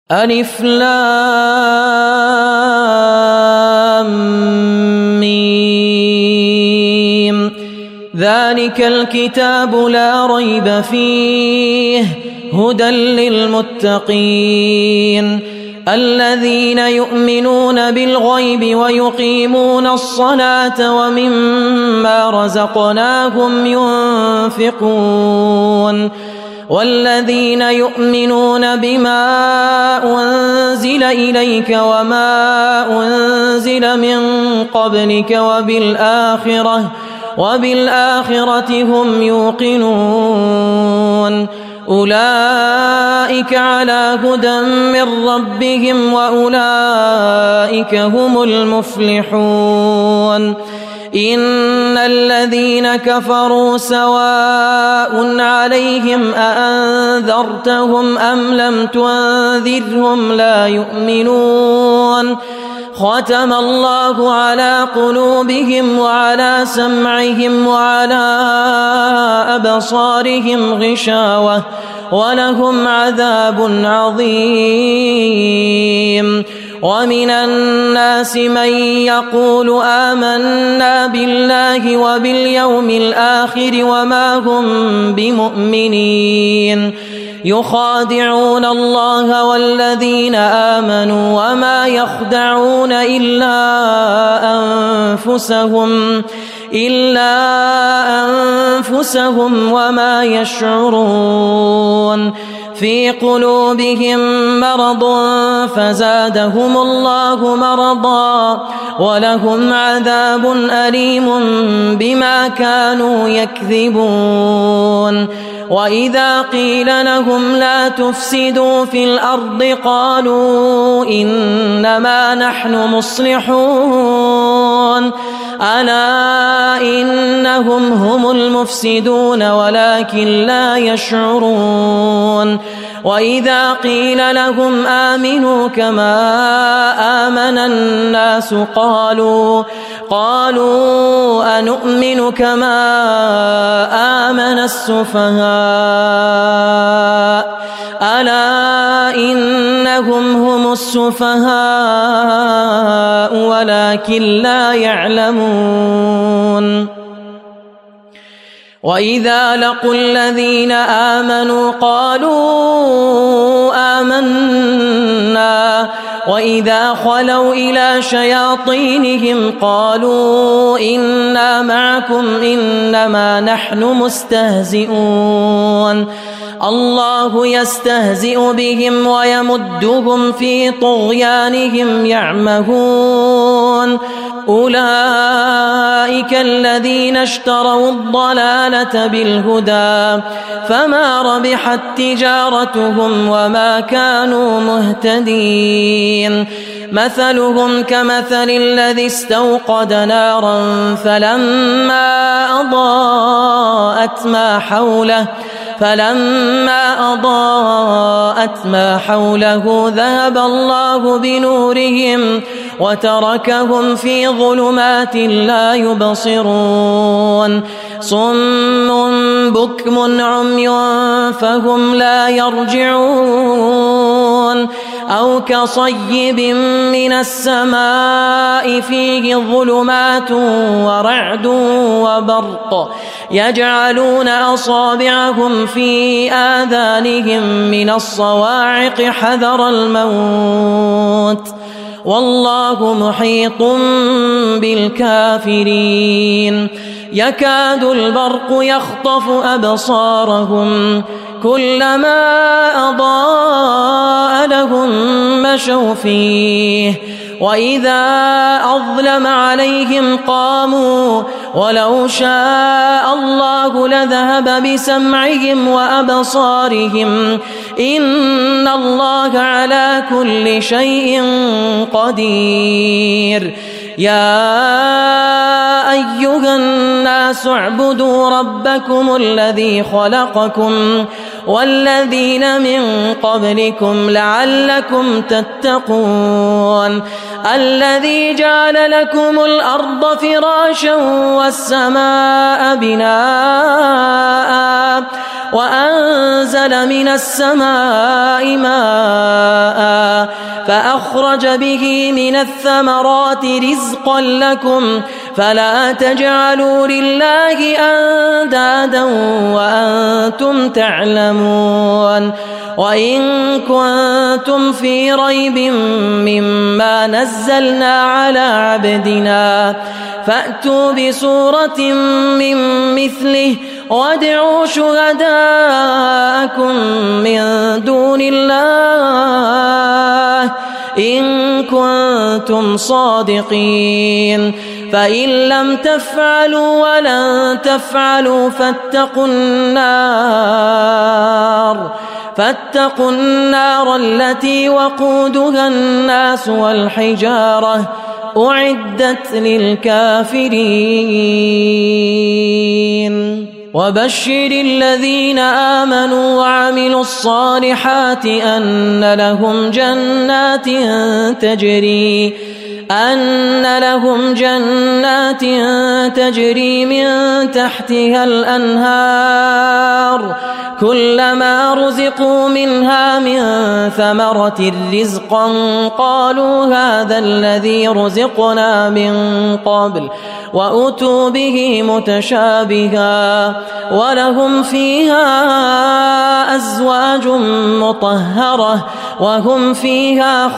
ألف لام ميم ذلك الكتاب لا ريب فيه هدى للمتقين الذين يؤمنون بالغيب ويقيمون الصلاة ومما رزقناهم ينفقون والذين يؤمنون بما أنزل إليك وما أنزل من قبلك وبالآخرة هم يوقنون أولئك على هدى من ربهم وأولئك هم المفلحون إن الذين كفروا سواء عليهم أأنذرتهم أم لم تنذرهم لا يؤمنون ختم الله على قلوبهم وعلى سمعهم وعلى أبصارهم غشاوة ولهم عذاب عظيم ومن الناس من يقول آمنا بالله وباليوم الآخر وما هم بمؤمنين يخادعون الله والذين آمنوا وما يخدعون إلا أنفسهم وما يشعرون في قلوبهم مرض فزادهم الله مرضا ولهم عذاب أليم بما كانوا يكذبون وإذا قيل لهم لا تفسدوا في الأرض قالوا إنما نحن مصلحون ألا إنهم هم المفسدون ولكن لا يشعرون وإذا قيل لهم آمنوا كما آمن الناس قالوا أنؤمن كما آمن السفهاء ألا إنهم هم السفهاء ولكن لا يعلمون وإذا لقوا الذين آمنوا قالوا آمنا وإذا خلوا إلى شياطينهم قالوا إنا معكم إنما نحن مستهزئون الله يستهزئ بهم ويمدهم في طغيانهم يعمهون أولئك الذين اشتروا الضلالة بالهدى فما ربحت تجارتهم وما كانوا مهتدين مثلهم كمثل الذي استوقد نارا فلما أضاءت ما حوله ذهب الله بنورهم وتركهم في ظلمات لا يبصرون صم بكم عمي فهم لا يرجعون أو كصيب من السماء فيه ظلمات ورعد وبرق يجعلون أصابعهم في آذانهم من الصواعق حذر الموت والله محيط بالكافرين يكاد البرق يخطف أبصارهم كلما أضاء لهم مشوا فيه وإذا أظلم عليهم قاموا ولو شاء الله لذهب بسمعهم وأبصارهم إن الله على كل شيء قدير يا أيها الناس اعبدوا ربكم الذي خلقكم والذين من قبلكم لعلكم تتقون الذي جعل لكم الأرض فراشا والسماء بناء وأنزل من السماء ماء فأخرج به من الثمرات رزقا لكم فلا تجعلوا لله أندادا وأنتم تعلمون وإن كنتم في ريب مما نزلنا على عبدنا فأتوا بسورة من مثله وادعوا شهداءكم من دون الله إن كنتم صادقين فإن لم تفعلوا ولن تفعلوا فاتقوا النار التي وقودها الناس والحجارة أعدت للكافرين وبشر الذين آمنوا وعملوا الصالحات أن لهم جنات تجري من تحتها الأنهار كلما رزقوا منها من ثمرة رزقا قالوا هذا الذي رزقنا من قبل وأتوا به متشابها ولهم فيها أزواج مطهرة وهم فيها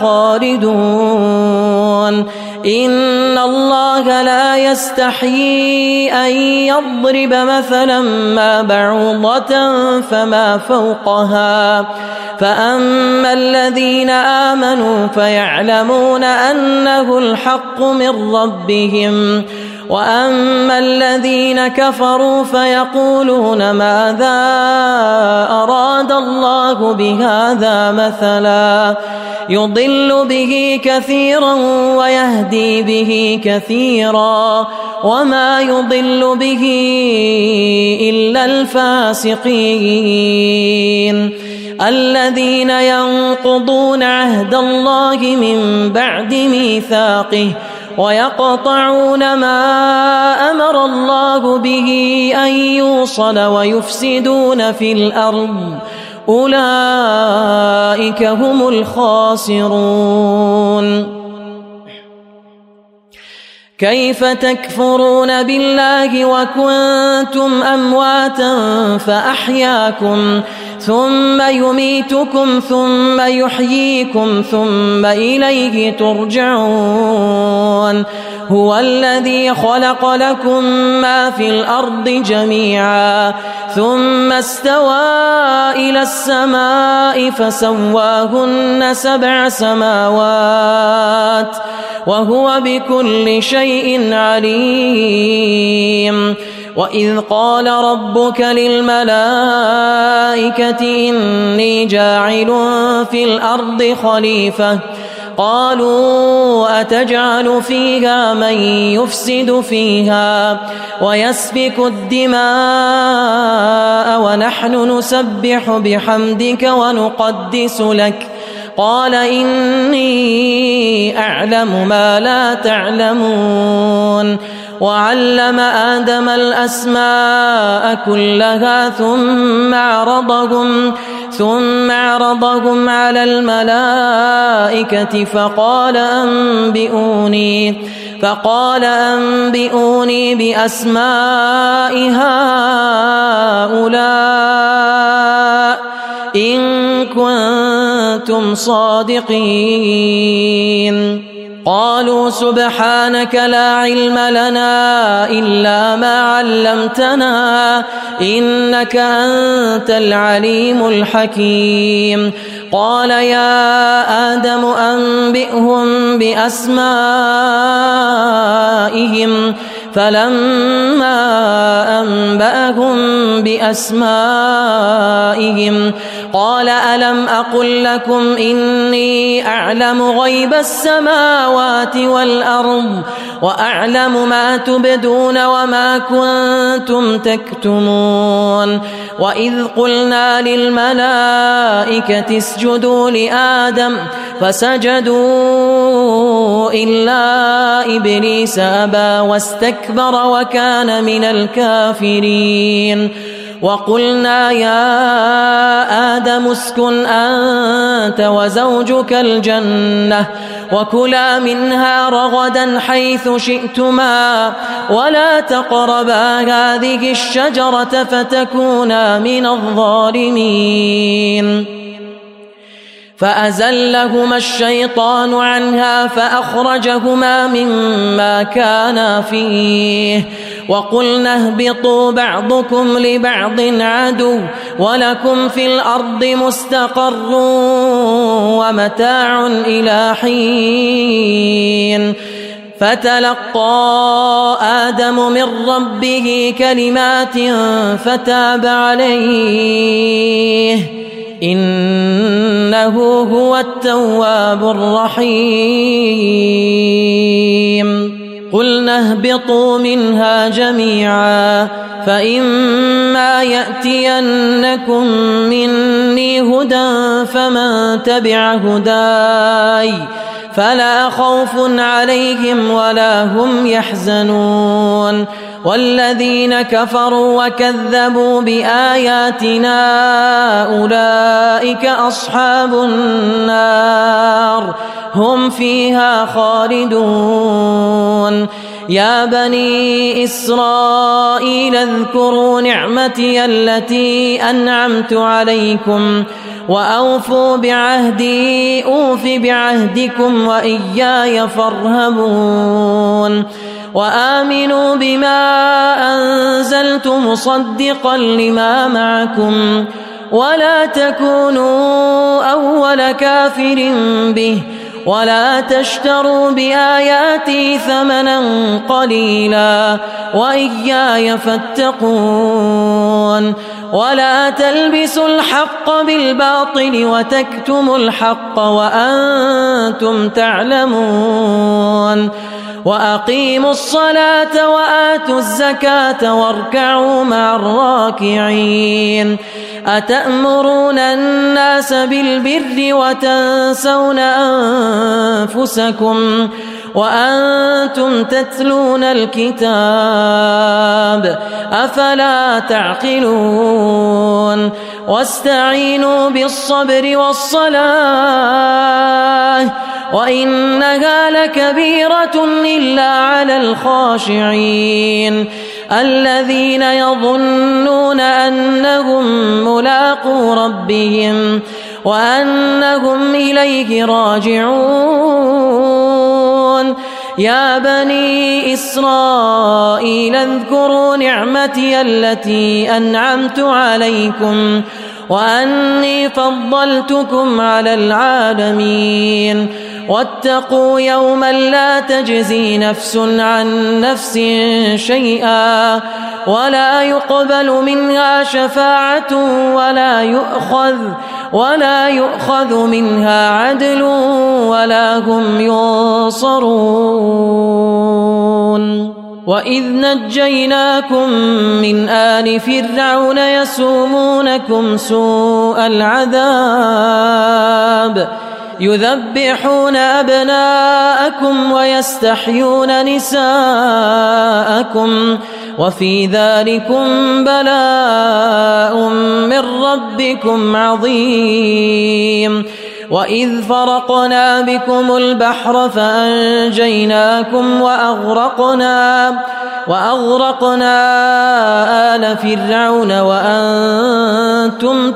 خالدون إن الله لا يستحيي أن يضرب مثلا ما بعوضة فما فوقها فأما الذين آمنوا فيعلمون أنه الحق من ربهم وأما الذين كفروا فيقولون ماذا أراد الله بهذا مثلا يضل به كثيرا ويهدي به كثيرا وما يضل به إلا الفاسقين الذين ينقضون عهد الله من بعد ميثاقه ويقطعون ما أمر الله به أن يوصل ويفسدون في الأرض أولئك هم الخاسرون كيف تكفرون بالله وكنتم أمواتا فأحياكم ثم يميتكم ثم يحييكم ثم إليه ترجعون هو الذي خلق لكم ما في الأرض جميعا ثم استوى إلى السماء فسواهن 7 سماوات وهو بكل شيء عليم وإذ قال ربك للملائكة إني جاعل في الأرض خليفة قالوا أتجعل فيها من يفسد فيها ويسفك الدماء ونحن نسبح بحمدك ونقدس لك قال إني أعلم ما لا تعلمون وعلم آدم الأسماء كلها ثم عرضهم على الملائكة فقال أنبئوني بأسماء هؤلاء إن كنتم صادقين قالوا سبحانك لا علم لنا إلا ما علمتنا إنك أنت العليم الحكيم قال يا آدم أنبئهم بأسمائهم فلما أنبأهم بأسمائهم قال ألم أقل لكم إني أعلم غيب السماوات والأرض وأعلم ما تبدون وما كنتم تكتمون وإذ قلنا للملائكة اسجدوا لآدم فسجدوا إلا إبليس أبى واستكبر وكان من الكافرين وقلنا يا آدم اسكن أنت وزوجك الجنة وكلا منها رغدا حيث شئتما ولا تقربا هذه الشجرة فتكونا من الظالمين فأزلهما الشيطان عنها فأخرجهما مما كانا فيه وقلنا اهبطوا بعضكم لبعض عدو ولكم في الأرض مستقر ومتاع إلى حين فتلقى آدم من ربه كلمات فتاب عليه إنه هو التواب الرحيم قلنا اهبطوا منها جميعا فإما يأتينكم مني هدى فمن تبع هداي فلا خوف عليهم ولا هم يحزنون والذين كفروا وكذبوا بآياتنا أولئك أصحاب النار هم فيها خالدون يا بني إسرائيل اذكروا نعمتي التي أنعمت عليكم وأوفوا بعهدي أوف بعهدكم وإياي فارهبون وآمنوا بما أنزلت مصدقا لما معكم ولا تكونوا أول كافر به ولا تشتروا بآياتي ثمنا قليلا وإياي فاتقون ولا تلبسوا الحق بالباطل وتكتموا الحق وأنتم تعلمون وأقيموا الصلاة وآتوا الزكاة واركعوا مع الراكعين أتأمرون الناس بالبر وتنسون أنفسكم وأنتم تتلون الكتاب أفلا تعقلون واستعينوا بالصبر والصلاة وإنها لكبيرة إلا على الخاشعين الذين يظنون أنهم ملاقو ربهم وأنهم إليه راجعون يا بني إسرائيل اذكروا نعمتي التي أنعمت عليكم وأني فضلتكم على العالمين واتقوا يوما لا تجزي نفس عن نفس شيئا ولا يقبل منها شفاعة ولا يؤخذ منها عدل ولا هم ينصرون وإذ نجيناكم من آل فرعون يسومونكم سوء العذاب يذبحون أبناءكم ويستحيون نساءكم وفي ذلكم بلاء من ربكم عظيم وإذ فرقنا بكم البحر فأنجيناكم وأغرقنا آل فرعون وأنتم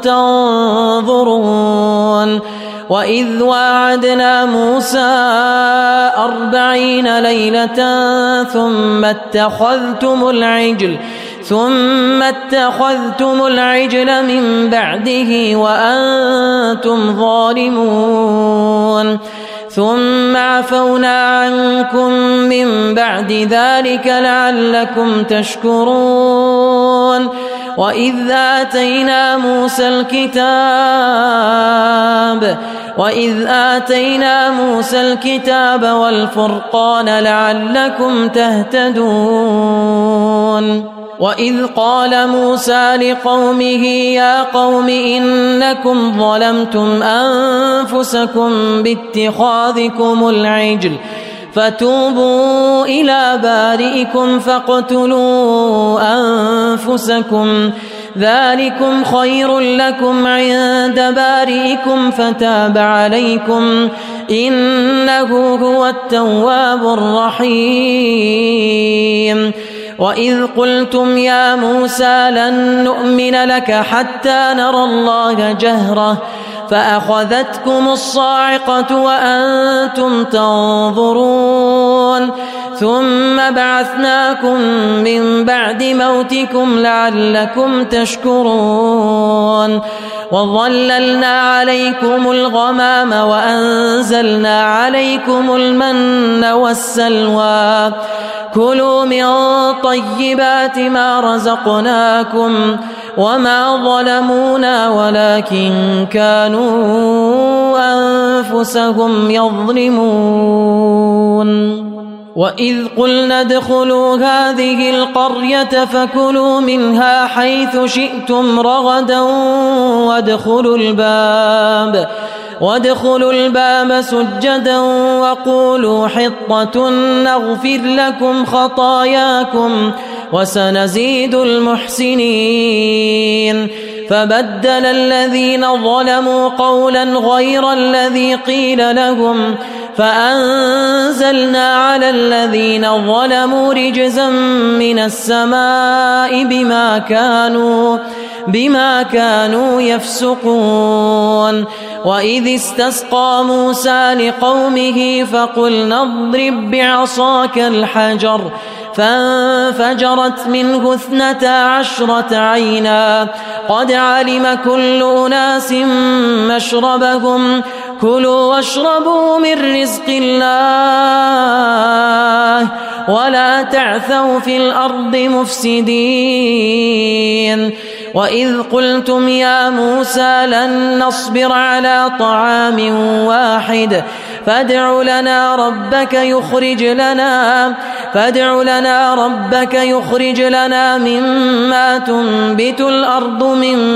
تنظرون وإذ واعدنا موسى 40 ليلة ثم اتخذتم العجل من بعده وأنتم ظالمون ثم عفونا عنكم من بعد ذلك لعلكم تشكرون وإذ آتينا موسى الكتاب والفرقان لعلكم تهتدون وإذ قال موسى لقومه يا قوم إنكم ظلمتم أنفسكم باتخاذكم العجل فتوبوا إلى بارئكم فاقتلوا أنفسكم ذلكم خير لكم عند بارئكم فتاب عليكم إنه هو التواب الرحيم وإذ قلتم يا موسى لن نؤمن لك حتى نرى الله جهرة فأخذتكم الصاعقة وأنتم تنظرون ثم بعثناكم من بعد موتكم لعلكم تشكرون وظللنا عليكم الغمام وأنزلنا عليكم المن والسلوى كلوا من طيبات ما رزقناكم وما ظلمونا ولكن كانوا أنفسهم يظلمون وإذ قلنا ادخلوا هذه القرية فكلوا منها حيث شئتم رغدا وادخلوا الباب سجدا وقولوا حطة نغفر لكم خطاياكم وسنزيد المحسنين فبدل الذين ظلموا قولا غير الذي قيل لهم فأنزلنا على الذين ظلموا رجزا من السماء بما كانوا يفسقون وإذ استسقى موسى لقومه فقلنا اضرب بعصاك الحجر فانفجرت منه 12 عينا قد علم كل أناس مشربهم كلوا واشربوا من رزق الله ولا تعثوا في الأرض مفسدين وإذ قلتم يا موسى لن نصبر على طعام واحد فادع لنا ربك يخرج لنا مما تنبت الأرض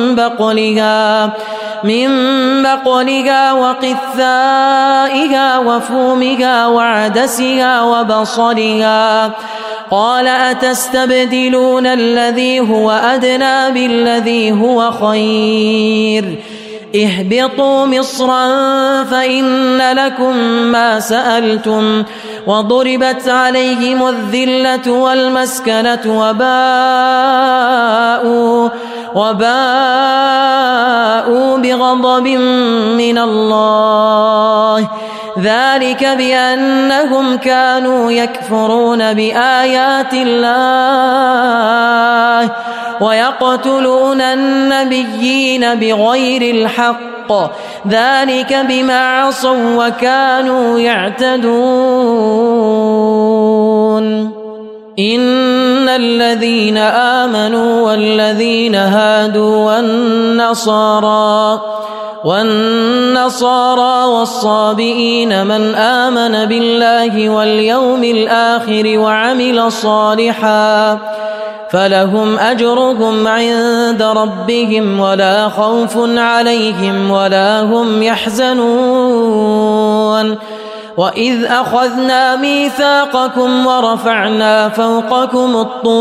من بقلها وقثائها وفومها وعدسها وبصلها قال أتستبدلون الذي هو أدنى بالذي هو خير اهبطوا مصرا فإن لكم ما سألتم وضربت عليهم الذلة والمسكنة وباءوا بغضب من الله ذلك بأنهم كانوا يكفرون بآيات الله ويقتلون النبيين بغير الحق ذلك بما عصوا وكانوا يعتدون إن الذين آمنوا والذين هادوا والنصارى والصابئين من آمن بالله واليوم الآخر وعمل صالحا فلهم أجرهم عند ربهم ولا خوف عليهم ولا هم يحزنون وإذ أخذنا ميثاقكم ورفعنا فوقكم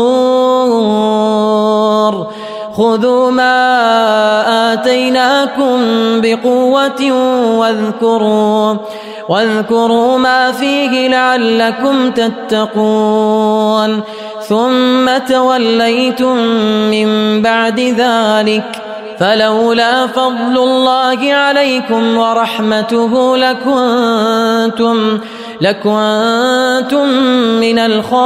الطور خذوا ما آتيناكم بقوة واذكروا ما فيه لعلكم تتقون ثم توليتم من بعد ذلك فلولا فضل الله عليكم ورحمته لكنتم من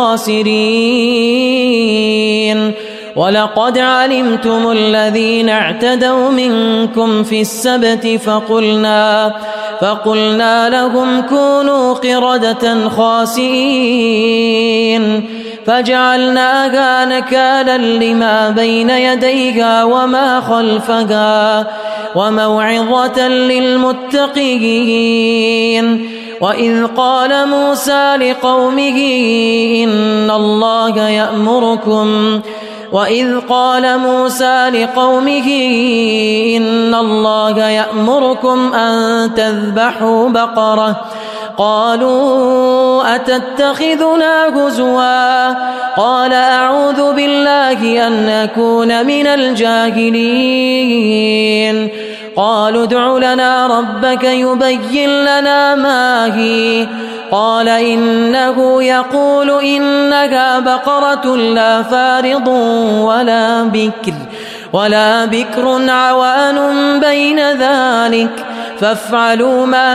الخاسرين ولقد علمتم الذين اعتدوا منكم في السبت فقلنا لهم كونوا قردة خاسئين فجعلناها نكالا لما بين يديها وما خلفها وموعظة للمتقين وإذ قال موسى لقومه إن الله يأمركم أن تذبحوا بقرة قالوا أتتخذنا هزوا قال أعوذ بالله أن أكون من الجاهلين قالوا ادع لنا ربك يبين لنا ما هي قال إنه يقول إنها بقرة لا فارض ولا بكر عوان بين ذلك فافعلوا ما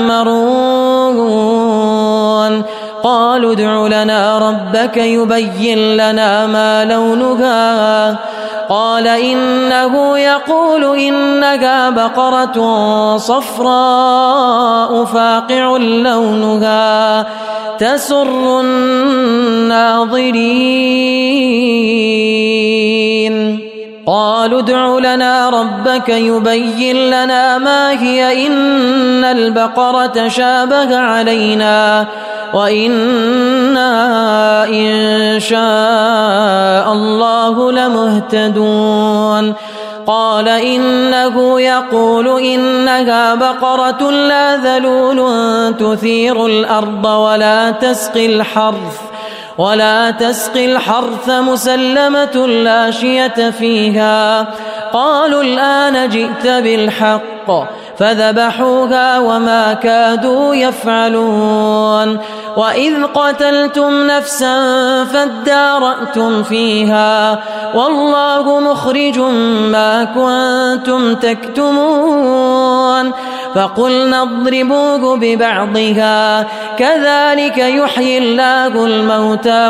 تؤمرون قالوا ادع لنا ربك يبين لنا ما لونها قال إنه يقول إنها بقرة صفراء فاقع لونها تسر الناظرين قالوا ادع لنا ربك يبين لنا ما هي إن البقرة شابه علينا وإنا إن شاء الله لمهتدون قال إنه يقول إنها بقرة لا ذلول تثير الأرض ولا تسقي الحرث مسلمة لا شية فيها قالوا الآن جئت بالحق فذبحوها وما كادوا يفعلون وإذ قتلتم نفسا فادارأتم فيها والله مخرج ما كنتم تكتمون فقلنا اضربوه ببعضها كذلك يحيي الله الموتى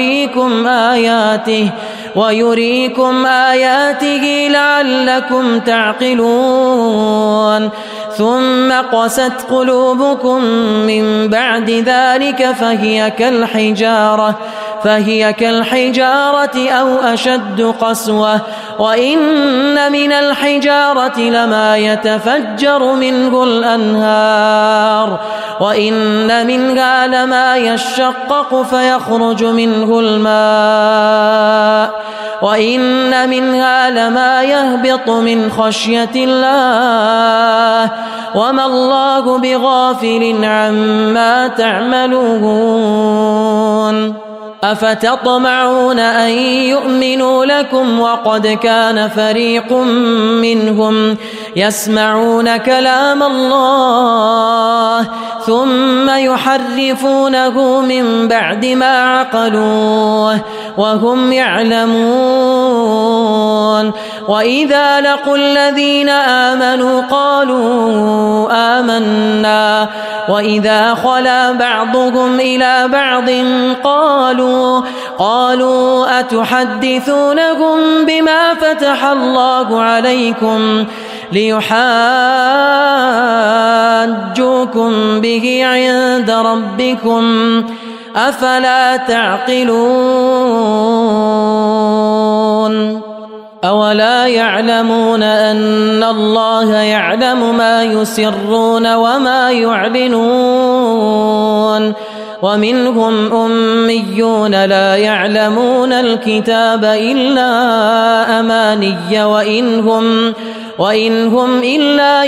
ويريكم آياته لعلكم تعقلون ثم قست قلوبكم من بعد ذلك فهي كالحجارة أو أشد قسوة وإن من الحجارة لما يتفجر منه الأنهار وإن منها لما يشقق فيخرج منه الماء وإن منها لما يهبط من خشية الله وما الله بغافل عما تعملون أفتطمعون أن يؤمنوا لكم وقد كان فريق منهم يسمعون كلام الله ثم يحرفونه من بعد ما عقلوه وهم يعلمون وإذا لقوا الذين آمنوا قالوا آمنا وإذا خلا بعضهم إلى بعض قالوا أتحدثونهم بما فتح الله عليكم ليحاجوكم به عند ربكم أفلا تعقلون أولا يعلمون أن الله يعلم ما يسرون وما يعلنون ومنهم أميون لا يعلمون الكتاب إلا أماني وإن هم إلا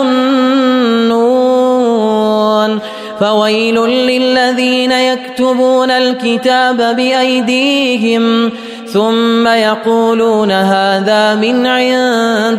يظنون فويل للذين يكتبون الكتاب بأيديهم ثم يقولون هذا من عند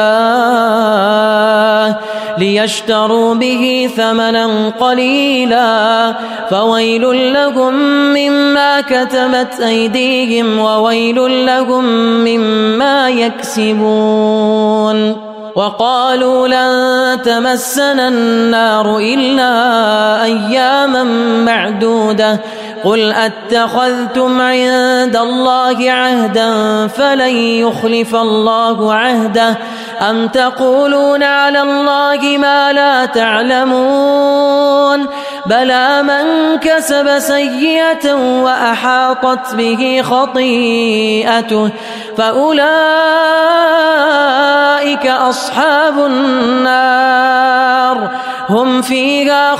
الله ليشتروا به ثمنا قليلا فويل لهم مما كتبت أيديهم وويل لهم مما يكسبون وقالوا لن تمسنا النار إلا أياما معدودة قل أتخذتم عند الله عهدا فلن يخلف الله عهده أم تقولون على الله ما لا تعلمون بلى من كسب سيئة وأحاطت به خطيئته فأولئك أصحاب النار هم فيها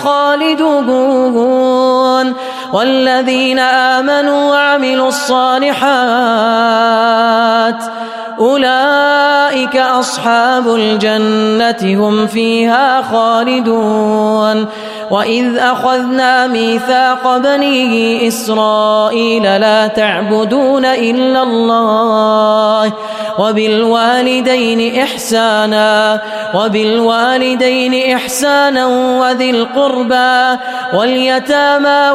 خالدون والذين آمنوا وعملوا الصالحات أولئك أصحاب الجنة هم فيها خالدون وإذ أخذنا ميثاق بني إسرائيل لا تعبدون إلا الله وبالوالدين إحسانا وذي القربى واليتامى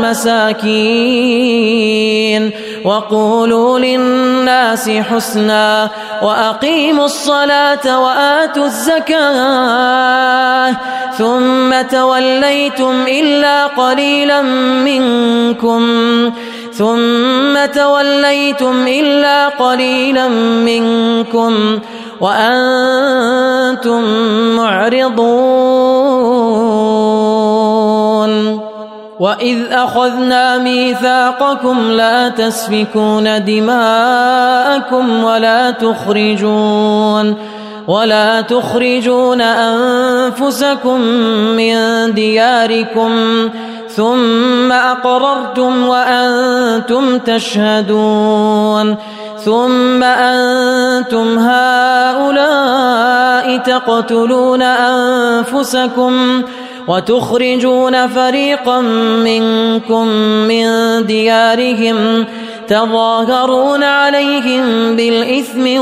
والمساكين وقولوا للناس حسنا وأقيموا الصلاة وآتوا الزكاة ثم توليتم إلا قليلا منكم وأنتم معرضون وإذ أخذنا ميثاقكم لا تسفكون دماءكم ولا تخرجون أنفسكم من دياركم ثم أقررتم وأنتم تشهدون ثم أنتم هؤلاء تقتلون أنفسكم وتخرجون فريقا منكم من ديارهم تظاهرون عليهم بالإثم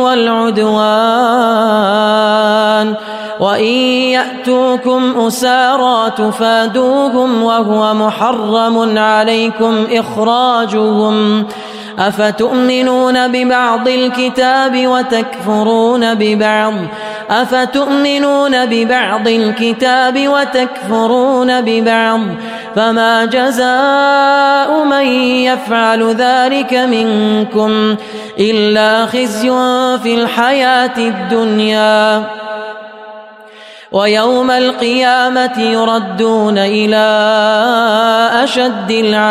والعدوان وإن يأتوكم أسارى تفادوهم وهو محرم عليكم إخراجهم أفتؤمنون ببعض الكتاب وتكفرون ببعض فما جزاء من يفعل ذلك منكم إلا خزي في الحياة الدنيا ويوم القيامة يردون إلى أشد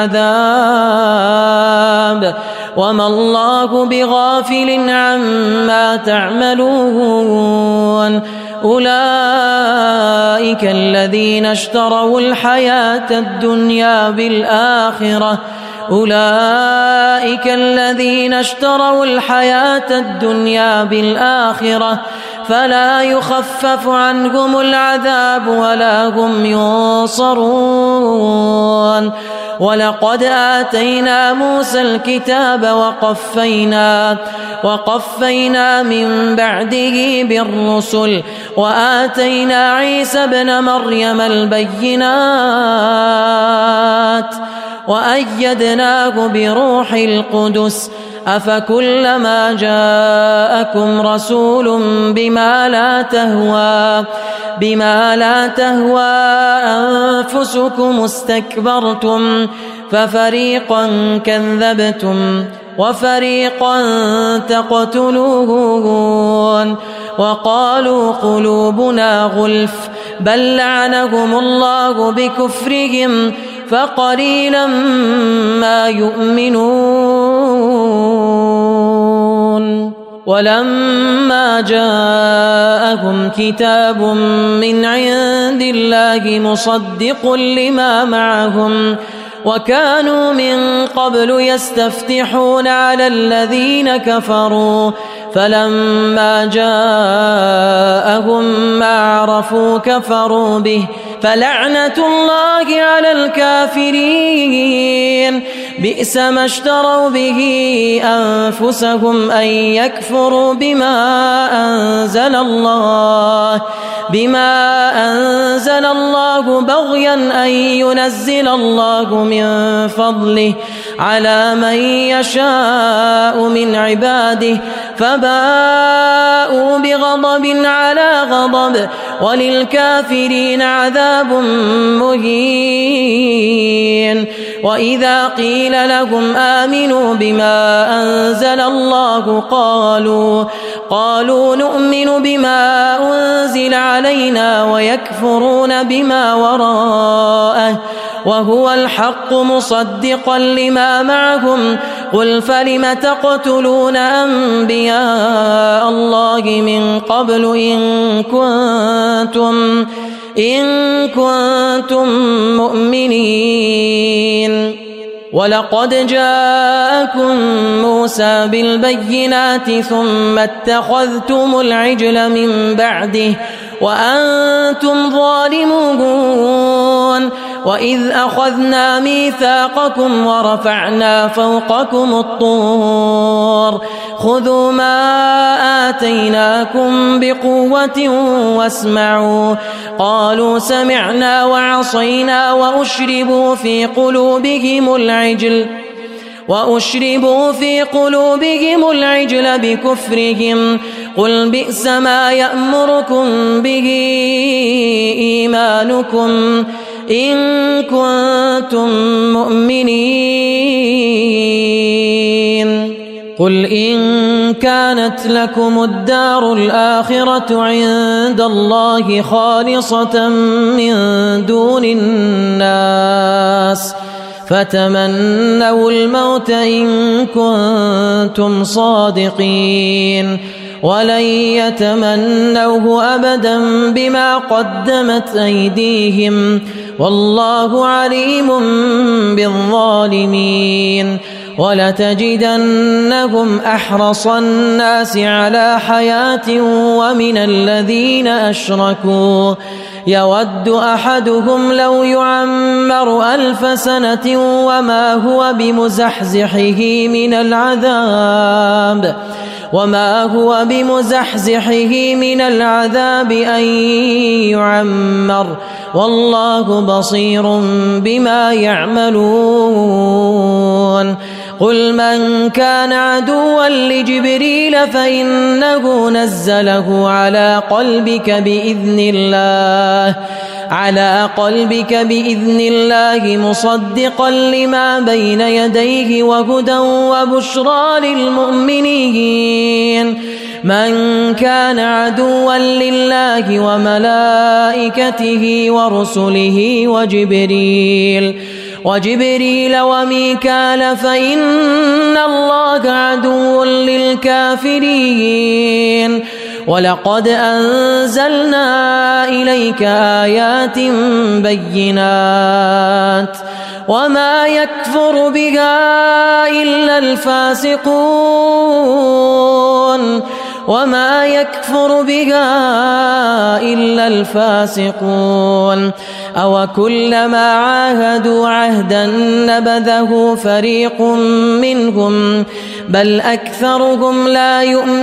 العذاب وما الله بغافل عما تعملون أولئك الذين اشتروا الحياة الدنيا بالآخرة فلا يخفف عنهم العذاب ولا هم ينصرون ولقد آتينا موسى الكتاب وقفينا من بعده بالرسل وآتينا عيسى ابن مريم البينات وأيدناه بروح القدس أفكلما جاءكم رسول بما لا تهوى أنفسكم استكبرتم ففريقا كذبتم وفريقا تقتلون وقالوا قلوبنا غلف بل لعنهم الله بكفرهم فقليلا ما يؤمنون ولما جاءهم كتاب من عند الله مصدق لما معهم وكانوا من قبل يستفتحون على الذين كفروا فلما جاءهم ما عرفوا كفروا به فلعنة الله على الكافرين بئس ما اشتروا به أنفسهم أن يكفروا بما أنزل الله بغيا أن ينزل الله من فضله على من يشاء من عباده فباءوا بغضب على غضب وللكافرين عذاب مهين وإذا قيل لهم آمنوا بما أنزل الله قالوا نؤمن بما أنزل علينا ويكفرون بما وراءه وهو الحق مصدقا لما معهم قل فلم تقتلون أنبياء الله من قبل إن كنتم مؤمنين ولقد جاءكم موسى بالبينات ثم اتخذتم العجل من بعده وأنتم ظالمون وإذ أخذنا ميثاقكم ورفعنا فوقكم الطور خذوا ما آتيناكم بقوة واسمعوا قالوا سمعنا وعصينا وأشربوا في قلوبهم العجل بكفرهم قل بئس ما يأمركم به إيمانكم إن كنتم مؤمنين قل إن كانت لكم الدار الآخرة عند الله خالصة من دون الناس فتمنوا الموت إن كنتم صادقين ولن يتمنوه أبدا بما قدمت أيديهم والله عليم بالظالمين ولتجدنهم أحرص الناس على حياة ومن الذين أشركوا يود أحدهم لو يعمر 1000 سنة وما هو بمزحزحه من العذاب أن يعمر والله بصير بما يعملون قل من كان عدوا لجبريل فإنه نزله على قلبك بإذن الله مصدقا لما بين يديه وهدى وبشرى للمؤمنين من كان عدوا لله وملائكته ورسله وجبريل وميكال فإن الله عدو للكافرين ولقد أنزلنا إليك آيات بينات وما يكفر بها إلا الفاسقون أو كلما عاهدوا عهدا نبذه فريق منهم بل أكثرهم لا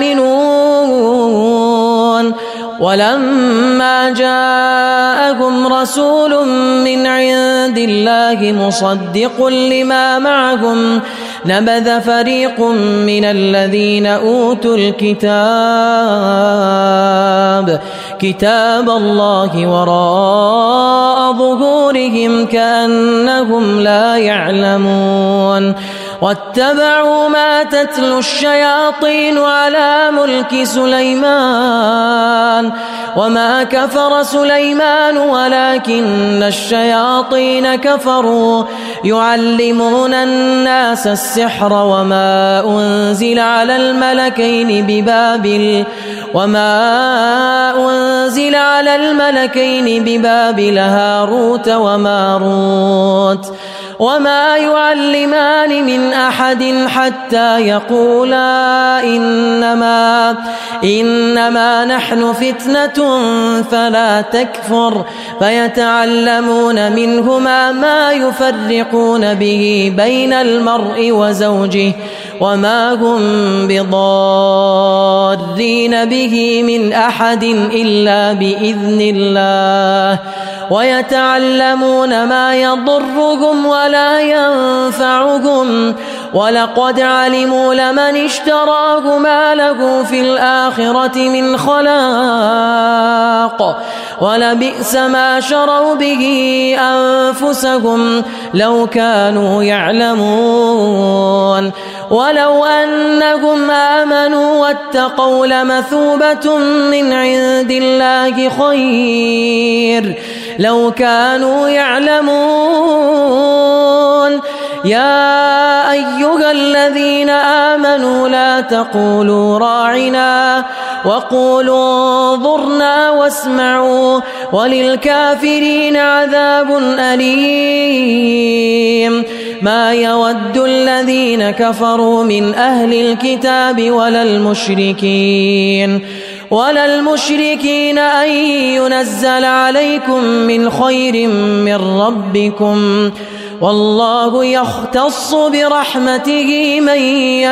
يؤمنون ولما جاءهم رسول من عند الله مصدق لما معهم نبذ فريق من الذين أوتوا كتاب الله وراء ظهورهم كأنهم لا يعلمون واتبعوا ما تتلو الشياطين على ملك سليمان وما كفر سليمان ولكن الشياطين كفروا يعلمون الناس السحر وما أنزل على الملكين ببابل هاروت وماروت وما يعلمان من أحد حتى يقولا إنما نحن فتنة فلا تكفر فيتعلمون منهما ما يفرقون به بين المرء وزوجه وما هم بضارين به من أحد إلا بإذن الله ويتعلمون ما يضرهم ولا ينفعهم ولقد علموا لمن اشتراه ما له في الآخرة من خلاق ولبئس ما شروا به أنفسهم لو كانوا يعلمون ولو أنهم آمنوا واتقوا لمثوبة من عند الله خير لو كانوا يعلمون يا أيها الذين آمنوا لا تقولوا راعنا وقولوا انظرنا واسمعوا وللكافرين عذاب أليم ما يود الذين كفروا من أهل الكتاب ولا المشركين أن ينزل عليكم من خير من ربكم والله يختص برحمته من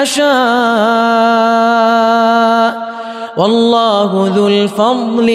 يشاء والله ذو الفضل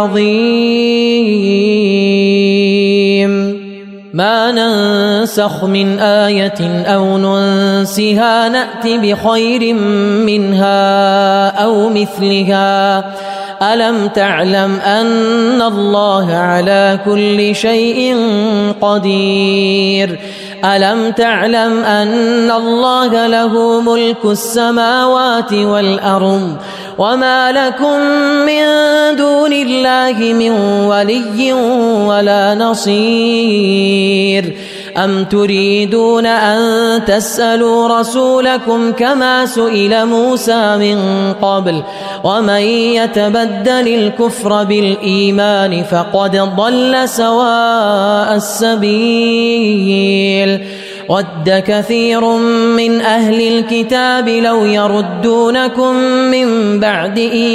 العظيم ما ننسخ من آية أو ننسها نأت بخير منها أو مثلها ألم تعلم أن الله على كل شيء قدير ألم تعلم أن الله له ملك السماوات والأرض وما لكم من دون الله من ولي ولا نصير أم تريدون أن تسألوا رسولكم كما سئل موسى من قبل ومن يتبدل الكفر بالإيمان فقد ضل سواء السبيل ود كثير من أهل الكتاب لو يردونكم من بعد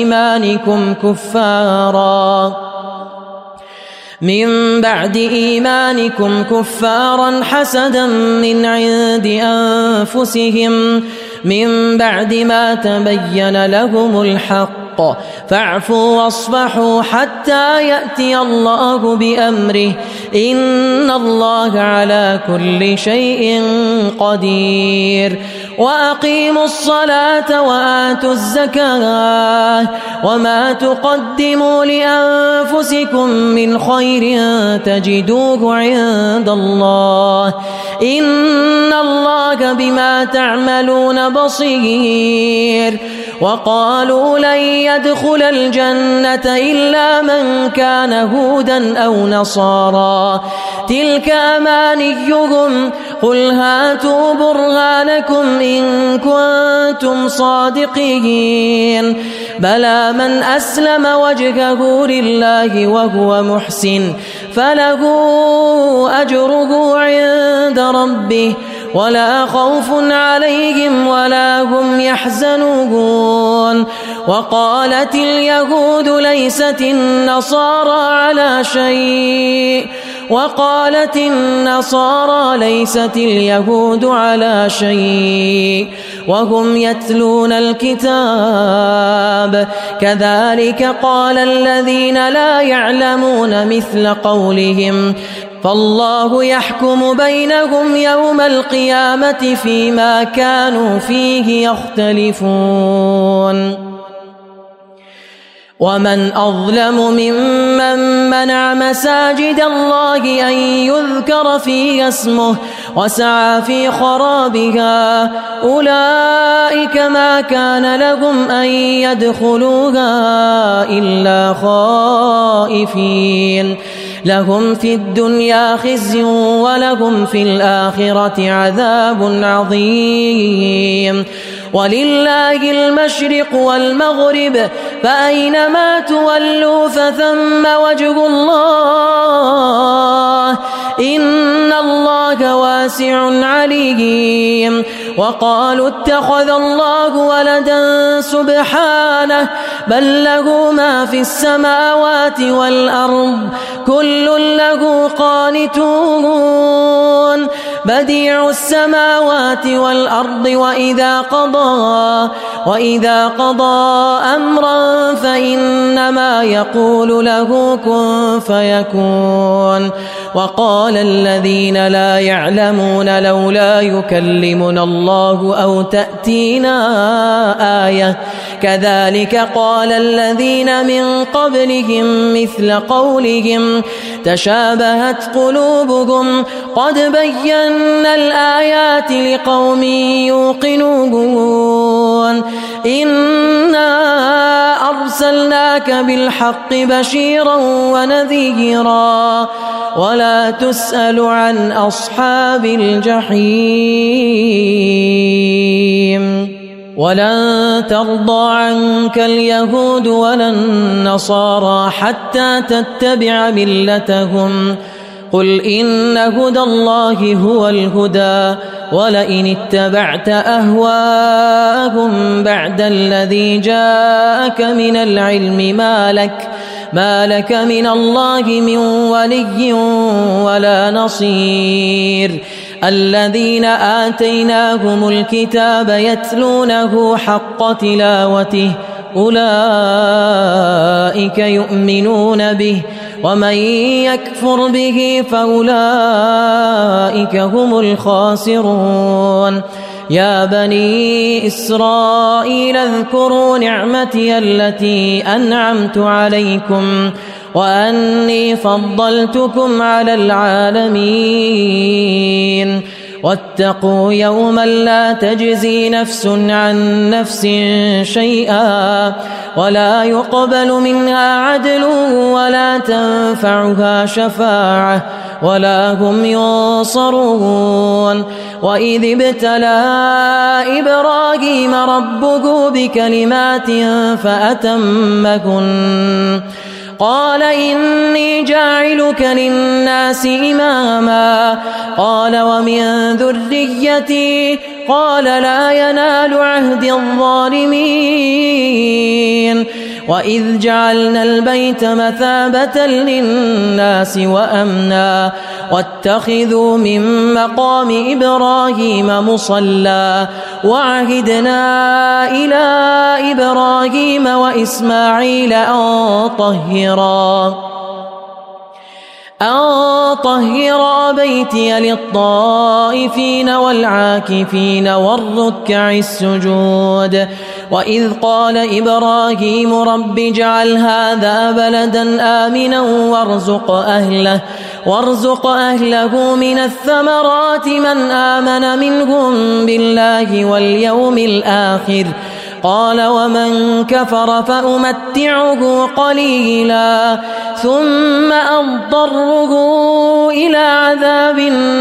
إيمانكم كفارا حسدا من عند أنفسهم من بعد ما تبين لهم الحق فاعفوا واصفحوا حتى يأتي الله بأمره إن الله على كل شيء قدير وأقيموا الصلاة وآتوا الزكاة وما تقدموا لأنفسكم من خير تجدوه عند الله إن الله بما تعملون بصير وقالوا لن يدخل الجنة إلا من كان هودا أو نصارى تلك أمانيهم قل هاتوا برهانكم إن كنتم صادقين بلى من أسلم وجهه لله وهو محسن فله أجره عند ربه ولا خوف عليهم ولا هم يحزنون وقالت اليهود ليست النصارى على شيء وقالت النصارى ليست اليهود على شيء وهم يتلون الكتاب كذلك قال الذين لا يعلمون مثل قولهم فالله يحكم بينهم يوم القيامة فيما كانوا فيه يختلفون ومن أظلم ممن منع مساجد الله أن يذكر فيها اسمه وسعى في خرابها أولئك ما كان لهم أن يدخلوها إلا خائفين لهم في الدنيا خزي ولهم في الآخرة عذاب عظيم ولله المشرق والمغرب فأينما تولوا فثم وجه الله إن الله واسع عليم وقالوا اتخذ الله ولدا سبحانه بل له ما في السماوات والأرض كل له قانتون بديع السماوات والأرض وإذا قضى أمرا فإنما يقول له كن فيكون وقال الذين لا يعلمون لولا يكلمنا الله أو تأتينا آية كذلك قال الذين من قبلهم مثل قولهم تشابهت قلوبهم قد بينا الآيات لقوم يوقنون إنا أرسلناك بالحق بشيرا ونذيرا ولا تسأل عن أصحاب الجحيم ولن ترضى عنك اليهود ولا النصارى حتى تتبع ملتهم قل إن هدى الله هو الهدى ولئن اتبعت أهواءهم بعد الذي جاءك من العلم ما لك من الله من ولي ولا نصير الذين آتيناهم الكتاب يتلونه حق تلاوته أولئك يؤمنون به ومن يكفر به فأولئك هم الخاسرون يا بني إسرائيل اذكروا نعمتي التي أنعمت عليكم وأني فضلتكم على العالمين واتقوا يوما لا تجزي نفس عن نفس شيئا ولا يقبل منها عدل ولا تنفعها شفاعة ولا هم ينصرون وإذ ابتلى إبراهيم ربه بكلمات فأتمهن قال إني جاعلك للناس إماما قال ومن ذريتي قال لا ينال عهد الظالمين وإذ جعلنا البيت مثابة للناس وأمنا واتخذوا من مقام إبراهيم مصلى وعهدنا إلى إبراهيم وإسماعيل أن طهر بيتي للطائفين والعاكفين والركع السجود وإذ قال إبراهيم رب اجعل هذا بلدا آمنا وارزق أهله من الثمرات من آمن منهم بالله واليوم الآخر قال ومن كفر فأمتعه قليلا ثم أضطره إلى عذاب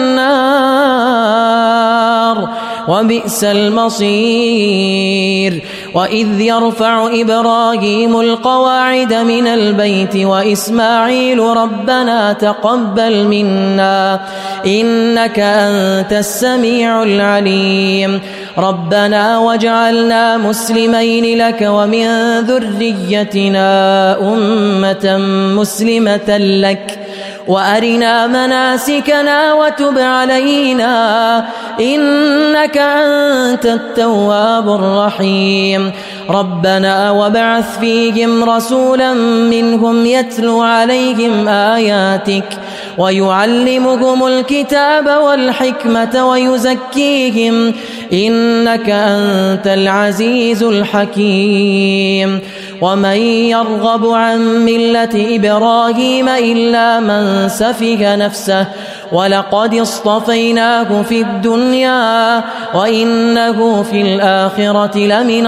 النار وبئس المصير وإذ يرفع إبراهيم القواعد من البيت وإسماعيل ربنا تقبل منا إنك أنت السميع العليم ربنا واجعلنا مسلمين لك ومن ذريتنا أمة مسلمة لك وأرنا مناسكنا وتب علينا إنك أنت التواب الرحيم ربنا وابعث فيهم رسولا منهم يتلو عليهم آياتك ويعلمهم الكتاب والحكمة ويزكيهم إنك أنت العزيز الحكيم ومن يرغب عن ملة إبراهيم إلا من سفه نفسه ولقد اصطفيناه في الدنيا وإنه في الآخرة لمن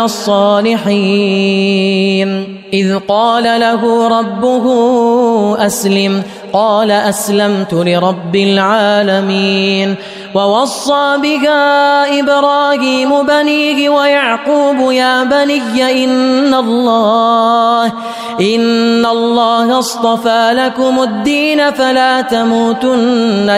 الصالحين إذ قال له ربه أسلم قال أسلمت لرب العالمين ووصى بها إبراهيم بنيه ويعقوب يا بني إن الله اصطفى لكم الدين فلا تموتن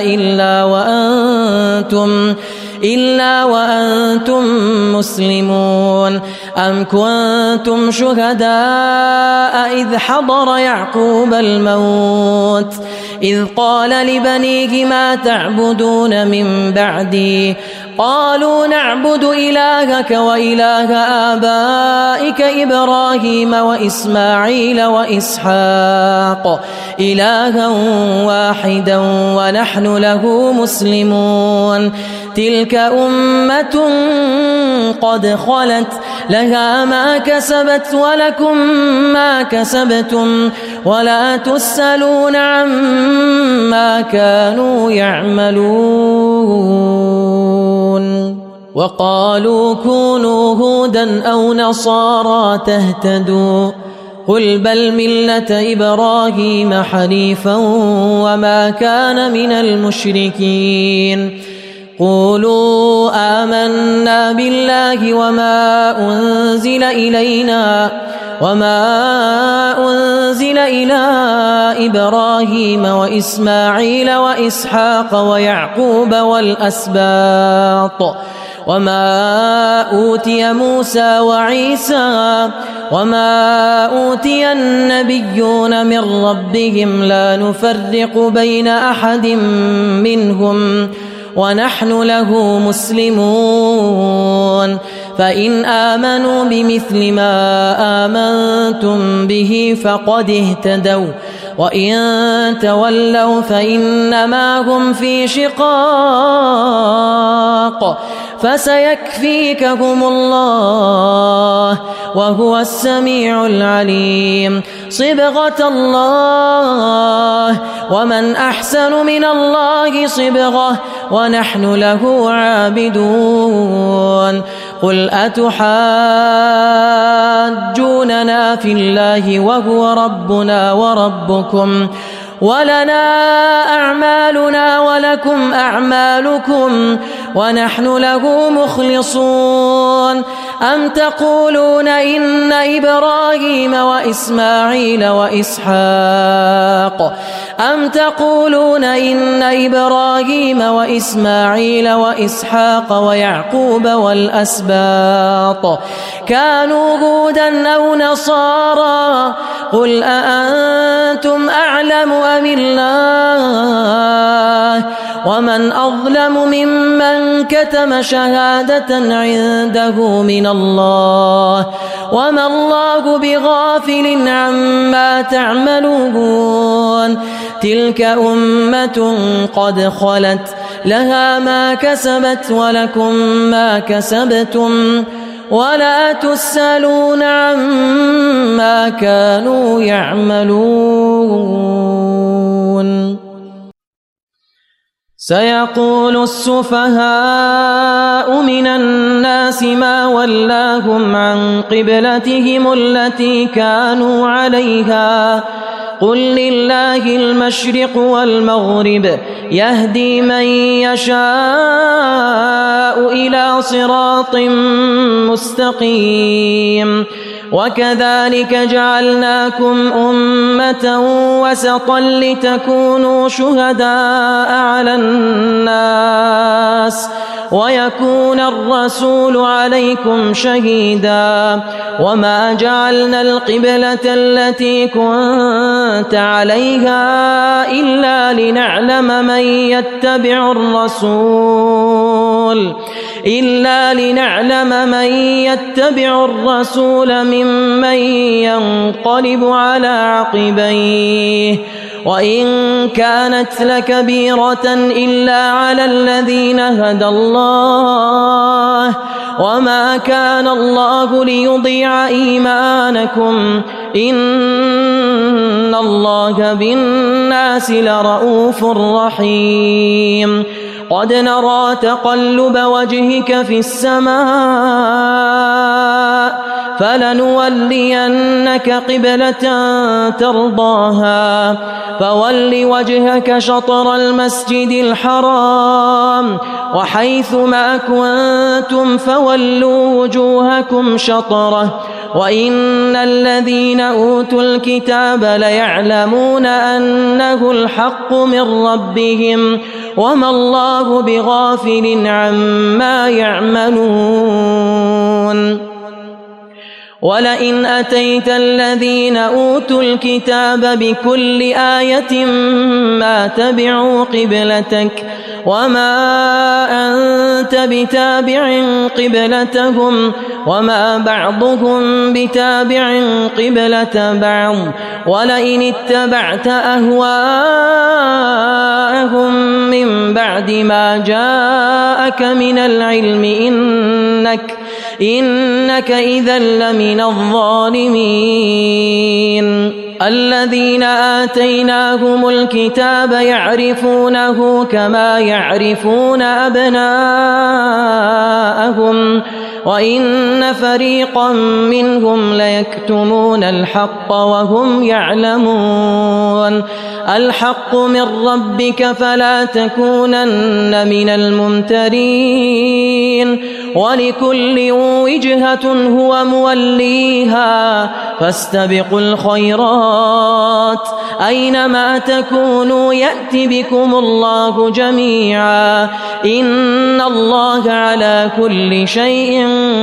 إلا وأنتم مسلمون أم كنتم شهداء إذ حضر يعقوب الموت إذ قال لبنيه ما تعبدون من بعدي قالوا نعبد إلهك وإله آبائك إبراهيم وإسماعيل وإسحاق إلها واحدا ونحن له مسلمون تلك أمة قد خلت لها ما كسبت ولكم ما كسبتم ولا تسألون عما كانوا يعملون وقالوا كونوا هودا أو نصارى تهتدوا قل بل ملة إبراهيم حنيفا وما كان من المشركين قولوا آمنا بالله وما أنزل إلينا وما أنزل إلى إبراهيم وإسماعيل وإسحاق ويعقوب والأسباط وما أوتي موسى وعيسى وما أوتي النبيون من ربهم لا نفرق بين أحد منهم ونحن له مسلمون فإن آمنوا بمثل ما آمنتم به فقد اهتدوا وإن تولوا فإنما هم في شقاق فسيكفيكهم الله وهو السميع العليم صبغة الله ومن أحسن من الله صبغة ونحن له عابدون قل أتحاجوننا في الله وهو ربنا وربكم ولنا أعمالنا ولكم أعمالكم ونحن له مخلصون أم تقولون إن إبراهيم وإسماعيل وإسحاق ويعقوب والأسباط كانوا هودا أو نصارى قل أأنتم أعلم أم الله ومن أظلم ممن كتم شهادة عنده من الله وما الله بغافل عما تعملون تلك أمة قد خلت لها ما كسبت ولكم ما كسبتم ولا تسألون عما كانوا يعملون سيقول السفهاء من الناس ما ولاهم عن قبلتهم التي كانوا عليها قل لله المشرق والمغرب يهدي من يشاء إلى صراط مستقيم وكذلك جعلناكم أمة وسطا لتكونوا شهداء على الناس ويكون الرسول عليكم شهيدا وما جعلنا القبلة التي كنت عليها إلا لنعلم من يتبع الرسول ممن ينقلب على عقبيه وإن كانت لكبيرة إلا على الذين هدى الله وما كان الله ليضيع إيمانكم إن الله بالناس لرؤوف رحيم قد نرى تقلب وجهك في السماء فلنولينك قبلة ترضاها فول وجهك شطر المسجد الحرام وحيث ما كنتم فولوا وجوهكم شطره وإن الذين أوتوا الكتاب ليعلمون أنه الحق من ربهم وما الله بغافل عما يعملون ولئن أتيت الذين أوتوا الكتاب بكل آية ما تبعوا قبلتك وما أنت بتابع قبلتهم وما بعضهم بتابع قبلة بعض ولئن اتبعت أهواءهم من بعد ما جاءك من العلم إنك إذا لمن الظالمين الذين آتيناهم الكتاب يعرفونه كما يعرفون أبناءهم وإن فريقا منهم ليكتمون الحق وهم يعلمون الحق من ربك فلا تكونن من الممترين ولكل وجهة هو موليها فاستبقوا الخيرات أينما تكونوا يأت بكم الله جميعا إن الله على كل شيء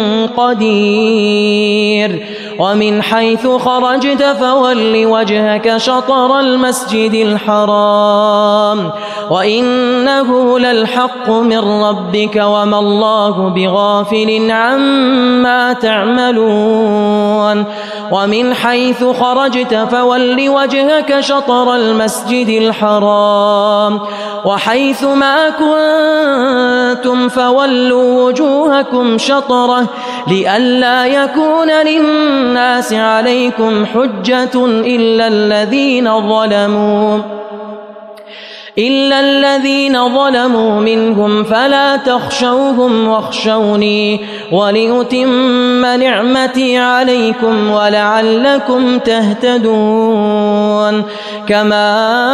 قدير ومن حيث خرجت فول وجهك شطر المسجد الحرام وإنه للحق من ربك وما الله بغافل عما تعملون ومن حيث خرجت فول وجهك شطر المسجد الحرام وحيث ما كنتم فولوا وجوهكم شطره لئلا يكون للناس عليكم حجة إلا الذين ظلموا منهم فلا تخشوهم واخشوني ولأتم نعمتي عليكم ولعلكم تهتدون كما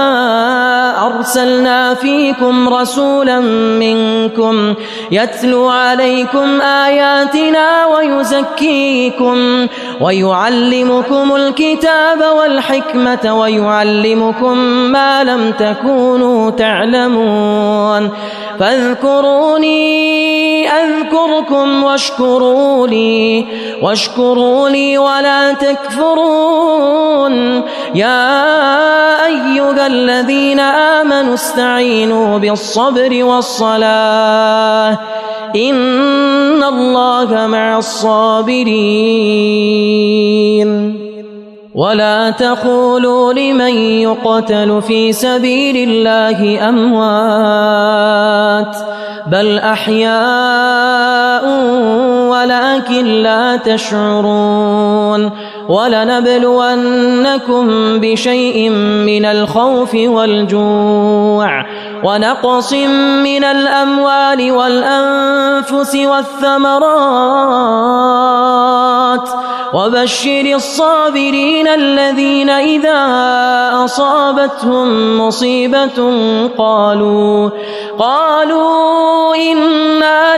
أرسلنا فيكم رسولا منكم يتلو عليكم آياتنا ويزكيكم ويعلمكم الكتاب والحكمة ويعلمكم ما لم تكونوا تعلمون فاذكروني أذكركم واشكروا لي ولا تكفرون يا أيها الذين آمنوا استعينوا بالصبر والصلاة إن الله مع الصابرين ولا تقولوا لمن يقتل في سبيل الله أموات بل أحياء ولكن لا تشعرون ولنبلونكم بشيء من الخوف والجوع ونقص من الأموال والأنفس والثمرات وبشر الصابرين الذين إذا أصابتهم مصيبة قالوا إنا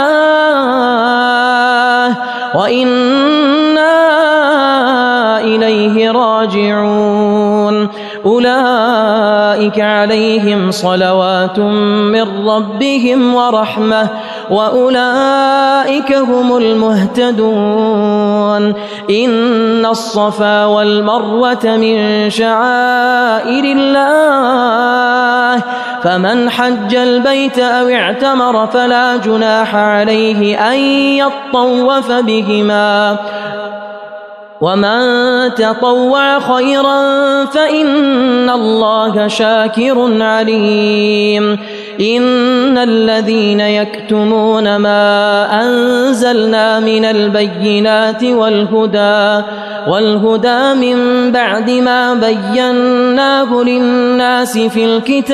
لله وإنا إليه راجعون أولئك عليهم صلوات من ربهم ورحمة وأولئك هم المهتدون إن الصفا والمروة من شعائر الله فمن حج البيت أو اعتمر فلا جناح عليه أن يطوف بهما ومن تطوع خيرا فإن الله شاكر عليم إن الذين يكتمون ما أنزلنا من البينات والهدى من بعد ما بيناه للناس في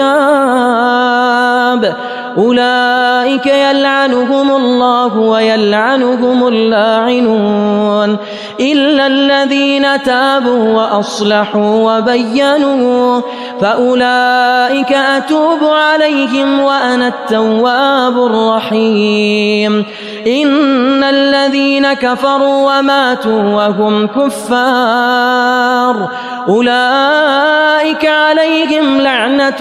الكتاب أولئك يلعنهم الله ويلعنهم اللاعنون إلا الذين تابوا وأصلحوا وبينوا فأولئك أتوب عليهم وأنا التواب الرحيم إن الذين كفروا وماتوا وهم كفار أولئك عليهم لعنة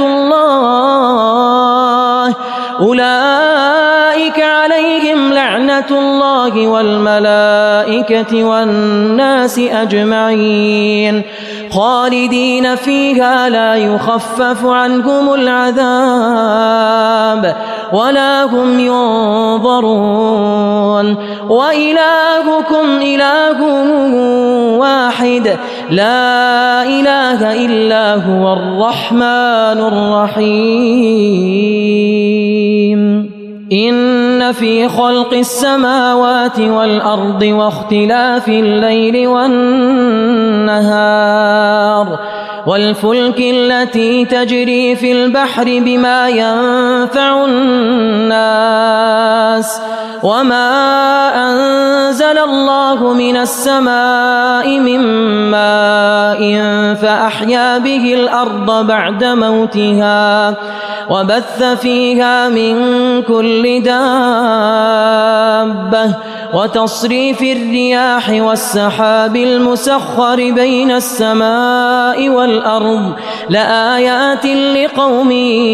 الله والملائكة والناس أجمعين خالدين فيها لا يخفف عنهم العذاب ولا هم ينظرون وإلهكم إله واحد لا إله إلا هو الرحمن الرحيم إن في خلق السماوات والأرض واختلاف الليل والنهار والفلك التي تجري في البحر بما ينفع الناس وما أنزل الله من السماء من ماء فأحيا به الأرض بعد موتها وبث فيها من كل دابة وتصريف الرياح والسحاب المسخر بين السماء والأرض لآيات لقوم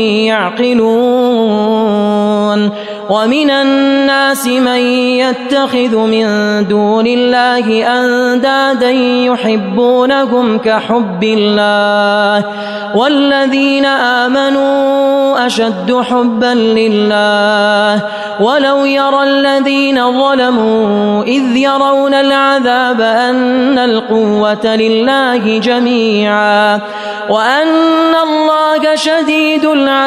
يعقلون ومن الناس من يتخذ من دون الله أندادا يحبونهم كحب الله والذين آمنوا أشد حبا لله ولو يرى الذين ظلموا إذ يرون العذاب أن القوة لله جميعا وأن الله شديد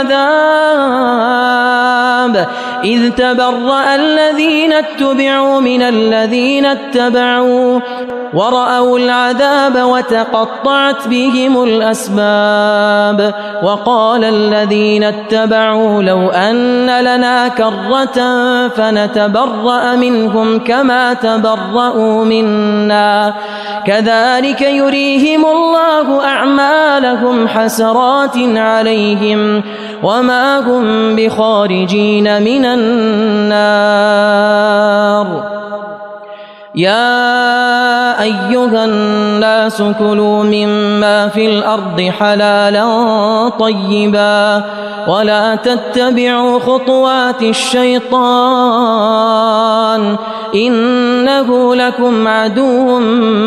العذاب إذ تبرأ الذين اتبعوا من الذين اتبعوا ورأوا العذاب وتقطعت بهم الأسباب وقال الذين اتبعوا لو أن لنا كرة فنتبرأ منهم كما تبرأوا منا كذلك يريهم الله أعمالهم حسرات عليهم وما هم بخارجين من النار يا أيها الناس كلوا مما في الأرض حلالا طيبا ولا تتبعوا خطوات الشيطان إنه لكم عدو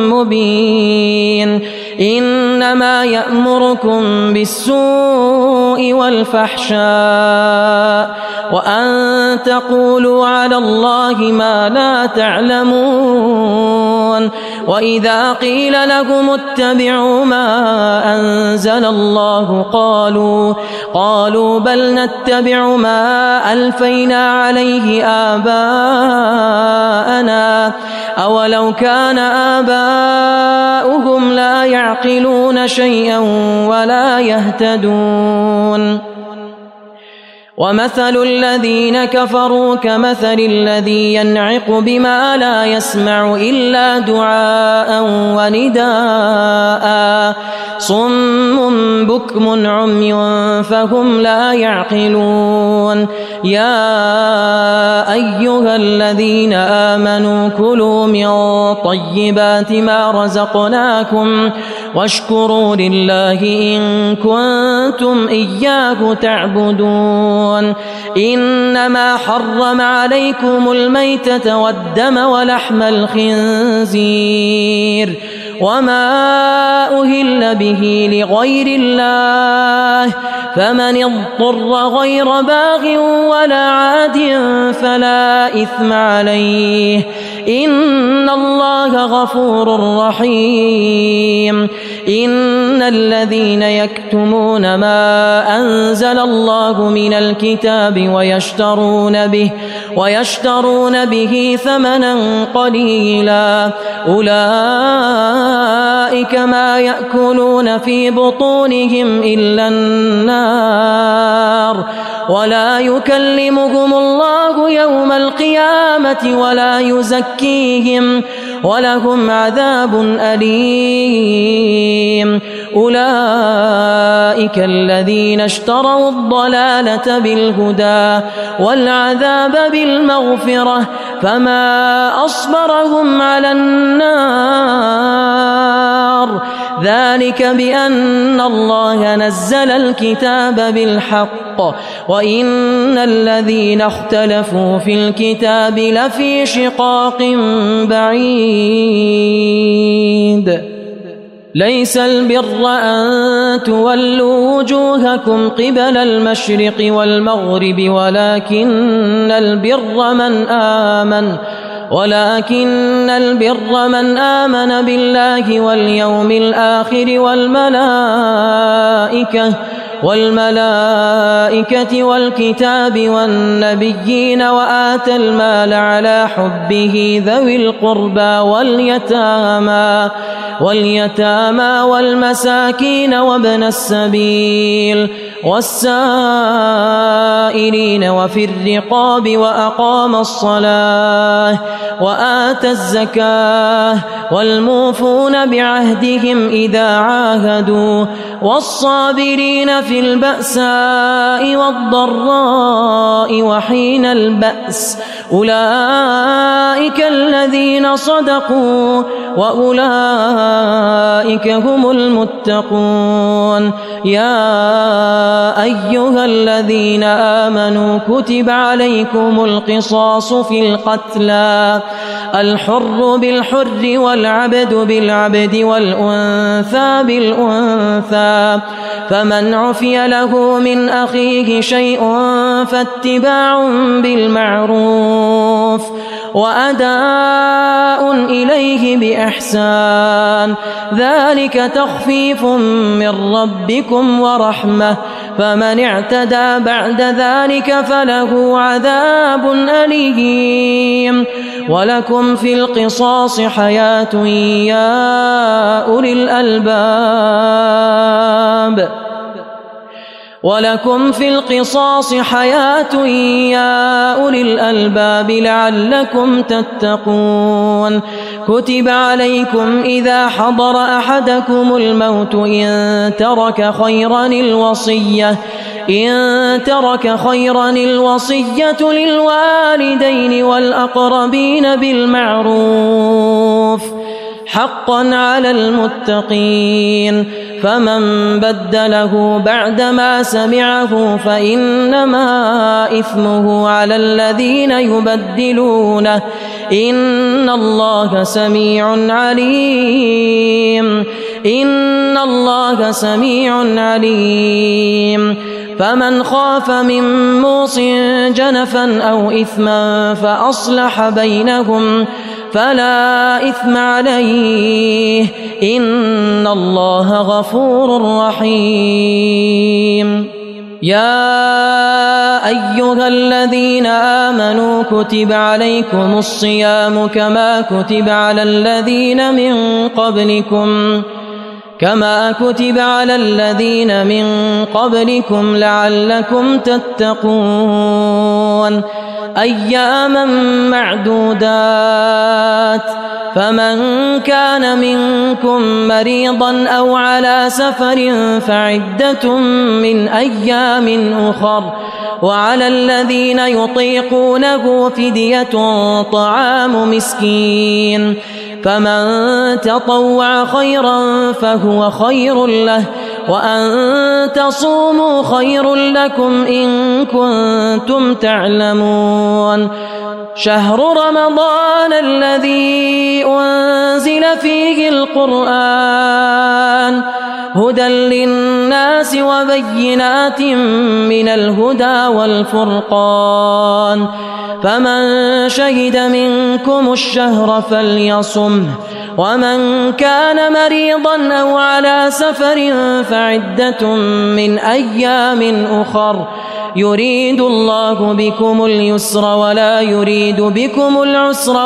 مبين إنما يأمركم بالسوء والفحشاء وأن تقولوا على الله ما لا تعلمون وإذا قيل لهم اتبعوا ما أنزل الله قالوا بل نتبع ما ألفينا عليه آباءنا أولو كان آباؤهم لا يعقلون شيئا ولا يهتدون ومثل الذين كفروا كمثل الذي ينعق بما لا يسمع إلا دعاء ونداء صم بكم عمي فهم لا يعقلون يا أيها الذين آمنوا كلوا من طيبات ما رزقناكم واشكروا لله إن كنتم إياه تعبدون إنما حرم عليكم الميتة والدم ولحم الخنزير وما أهل به لغير الله فمن اضطر غير باغ ولا عاد فلا إثم عليه إن الله غفور رحيم إن الذين يكتمون ما أنزل الله من الكتاب ويشترون به ثمنا قليلا أولئك ما يأكلون في بطونهم إلا النار ولا يكلمهم الله يوم القيامة ولا يزكيهم ولهم عذاب أليم أولئك الذين اشتروا الضلالة بالهدى والعذاب بالمغفرة فما أصبرهم على النار ذلك بأن الله نزل الكتاب بالحق وإن الذين اختلفوا في الكتاب لفي شقاق بعيد ليس البر أن تولوا وجوهكم قبل المشرق والمغرب ولكن البر من آمن بالله واليوم الآخر والملائكة والكتاب والنبيين وآتى المال على حبه ذوي القربى واليتامى والمساكين وابن السبيل والسائلين وفي الرقاب وأقام الصلاة وآتى الزكاة والموفون بعهدهم إذا عاهدوا والصابرين في البأساء والضراء وحين البأس أولئك الذين صدقوا وأولئك هم المتقون. يا أيها الذين آمنوا كتب عليكم القصاص في القتلى الحر بالحر والعبد بالعبد والأنثى بالأنثى فمن عفي له من أخيه شيء فاتباع بالمعروف وأداء إليه بإحسان ذلك تخفيف من ربكم ورحمة فمن اعتدى بعد ذلك فله عذاب أليم. ولكم في القصاص حياة يا أولي الألباب ولكم في القصاص حياة يا أولي الألباب لعلكم تتقون. كتب عليكم إذا حضر أحدكم الموت إن ترك خيرا الوصية للوالدين والأقربين بالمعروف حقا على المتقين فمن بدله بعدما سمعه فإنما إثمه على الذين يبدلونه إن الله سميع عليم. فمن خاف من موص جنفا أو إثما فأصلح بينهم فلا إثم عليه إن الله غفور رحيم. يا أيها الذين آمنوا كتب عليكم الصيام كما كتب على الذين من قبلكم لعلكم تتقون. أياما معدودات فمن كان منكم مريضا أو على سفر فعدة من أيام أخر وعلى الذين يطيقونه فدية طعام مسكين فمن تطوع خيرا فهو خير له وأن تصوموا خير لكم إن كنتم تعلمون. شهر رمضان الذي أنزل فيه القرآن هدى للناس وبينات من الهدى والفرقان فمن شهد منكم الشهر فليصمه ومن كان مريضا أو على سفر فعدة من أيام أخر يريد الله بكم اليسر ولا يريد بكم العسر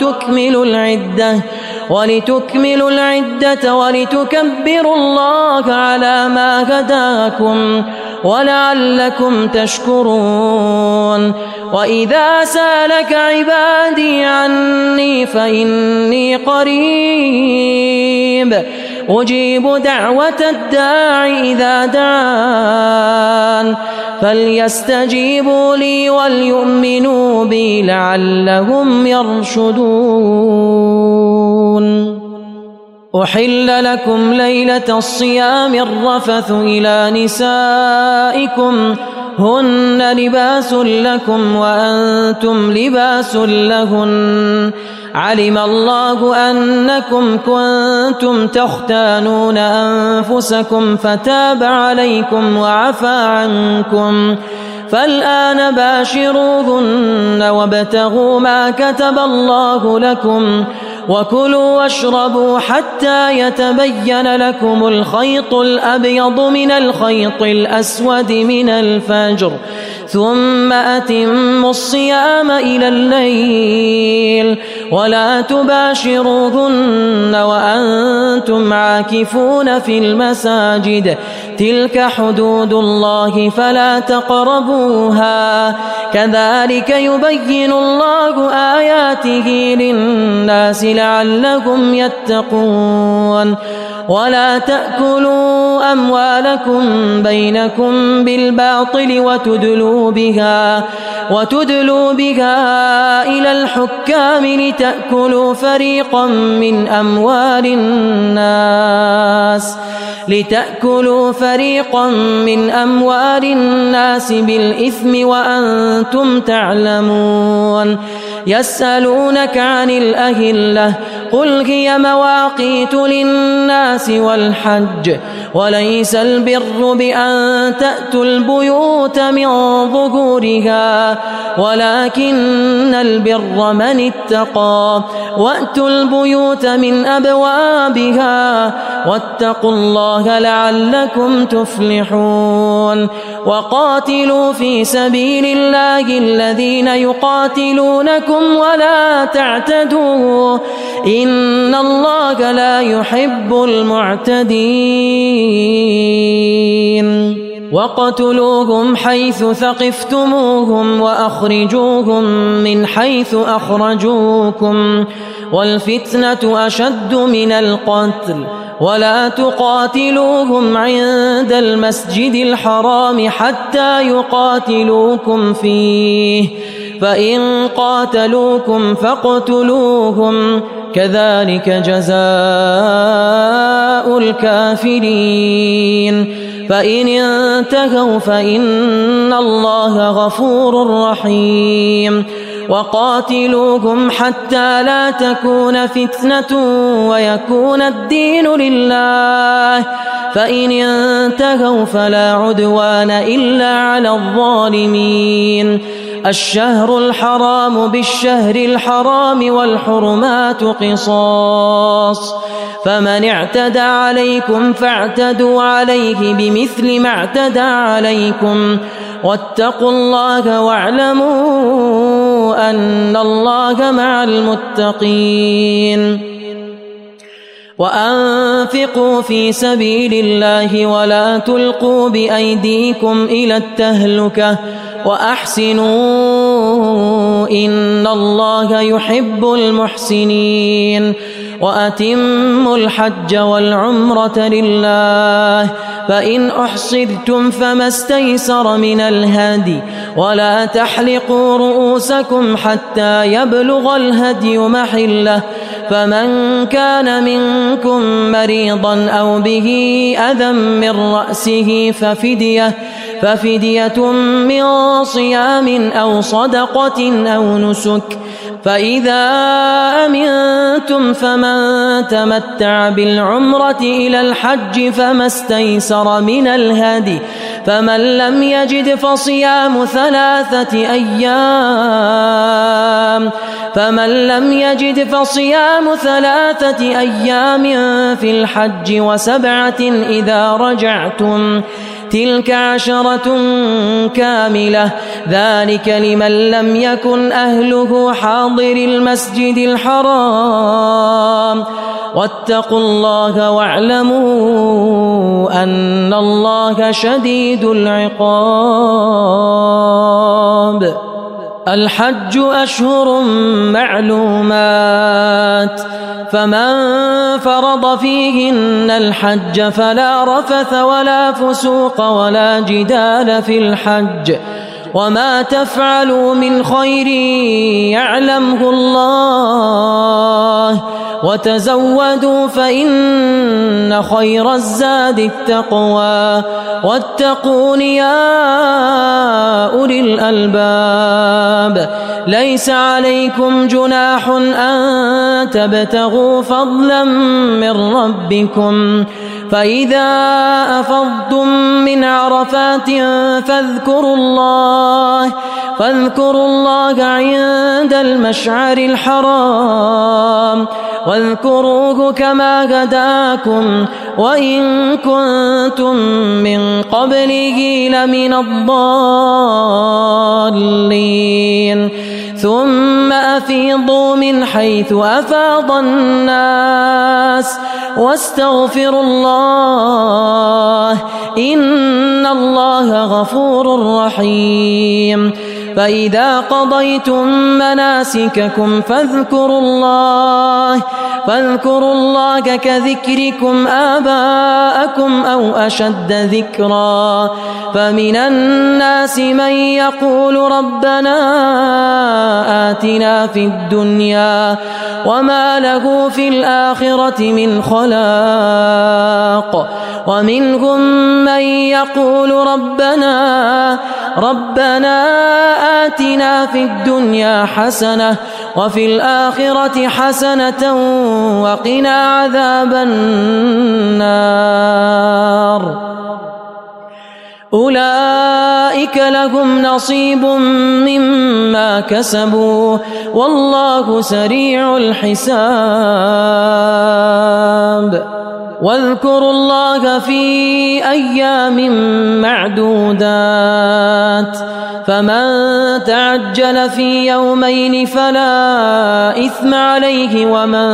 ولتكملوا العدة ولتكبروا الله على ما هداكم ولعلكم تشكرون. وإذا سألك عبادي عني فإني قريب أجيب دعوة الداع إذا دعان فليستجيبوا لي وليؤمنوا بي لعلهم يرشدون. أحل لكم ليلة الصيام الرفث إلى نسائكم هن لباس لكم وأنتم لباس لهن علم الله أنكم كنتم تختانون أنفسكم فتاب عليكم وعفى عنكم فالآن باشروهن وابتغوا ما كتب الله لكم وكلوا واشربوا حتى يتبين لكم الخيط الأبيض من الخيط الأسود من الفجر ثم أتموا الصيام إلى الليل ولا تباشروهن وأنتم عاكفون في المساجد تلك حدود الله فلا تقربوها كذلك يبين الله آياته للناس لعلهم يتقون ولا تأكلوا أموالكم بينكم بالباطل وتدلوا بها إلى الحكام لتأكلوا فريقا من أموال الناس بالإثم وأنتم تعلمون يسألونك عن الأهلة قل هي مواقيت للناس والحج وليس البر بأن تأتوا البيوت من ظهورها ولكن البر من اتقى وأتوا البيوت من أبوابها واتقوا الله لعلكم تفلحون وقاتلوا في سبيل الله الذين يقاتلونكم ولا تعتدوا إن الله لا يحب المعتدين وقتلوهم حيث ثقفتموهم وأخرجوهم من حيث أخرجوكم والفتنة أشد من القتل ولا تقاتلوهم عند المسجد الحرام حتى يقاتلوكم فيه فإن قاتلوكم فاقتلوهم كذلك جزاء الكافرين فإن انتهوا فإن الله غفور رحيم وقاتلوهم حتى لا تكون فتنة ويكون الدين لله فإن انتهوا فلا عدوان إلا على الظالمين الشهر الحرام بالشهر الحرام والحرمات قصاص فمن اعتدى عليكم فاعتدوا عليه بمثل ما اعتدى عليكم واتقوا الله واعلموا أن الله مع المتقين وأنفقوا في سبيل الله ولا تلقوا بأيديكم إلى التهلكة وأحسنوا إن الله يحب المحسنين وأتموا الحج والعمرة لله فإن أحصرتم فما استيسر من الهدي ولا تحلقوا رؤوسكم حتى يبلغ الهدي محله فمن كان منكم مريضا أو به أذى من رأسه ففدية من صيام أو صدقة أو نسك فإذا أمنتم فمن تمتع بالعمرة إلى الحج فما استيسر من الهدي فمن لم يجد فصيام 3 أيام في الحج و7 إذا رجعتم تلك 10 كاملة ذلك لمن لم يكن أهله حاضر المسجد الحرام واتقوا الله واعلموا أن الله شديد العقاب الحج أشهر معلومات فمن فرض فيهن الحج فلا رفث ولا فسوق ولا جدال في الحج وما تفعلوا من خير يعلمه الله وتزودوا فإن خير الزاد التقوى واتقون يا أولي الألباب ليس عليكم جناح أن تبتغوا فضلا من ربكم فإذا أفضتم من عرفات فاذكروا الله عند المشعر الحرام واذكروه كما هداكم وإن كنتم من قبله لمن الضالين ثم أفيضوا من حيث أفاض الناس واستغفروا الله إن الله غفور رحيم فإذا قضيتم مناسككم فاذكروا الله كذكركم آباءكم أو أشد ذكرا فمن الناس من يقول ربنا آتنا في الدنيا وما له في الآخرة من خلاق ومنهم من يقول ربنا آتنا في الدنيا حسنة وفي الآخرة حسنة وقنا عذاب النار أولئك لهم نصيب مما كسبوا والله سريع الحساب واذكروا الله في أيام معدودات فمن تعجل في يومين فلا إثم عليه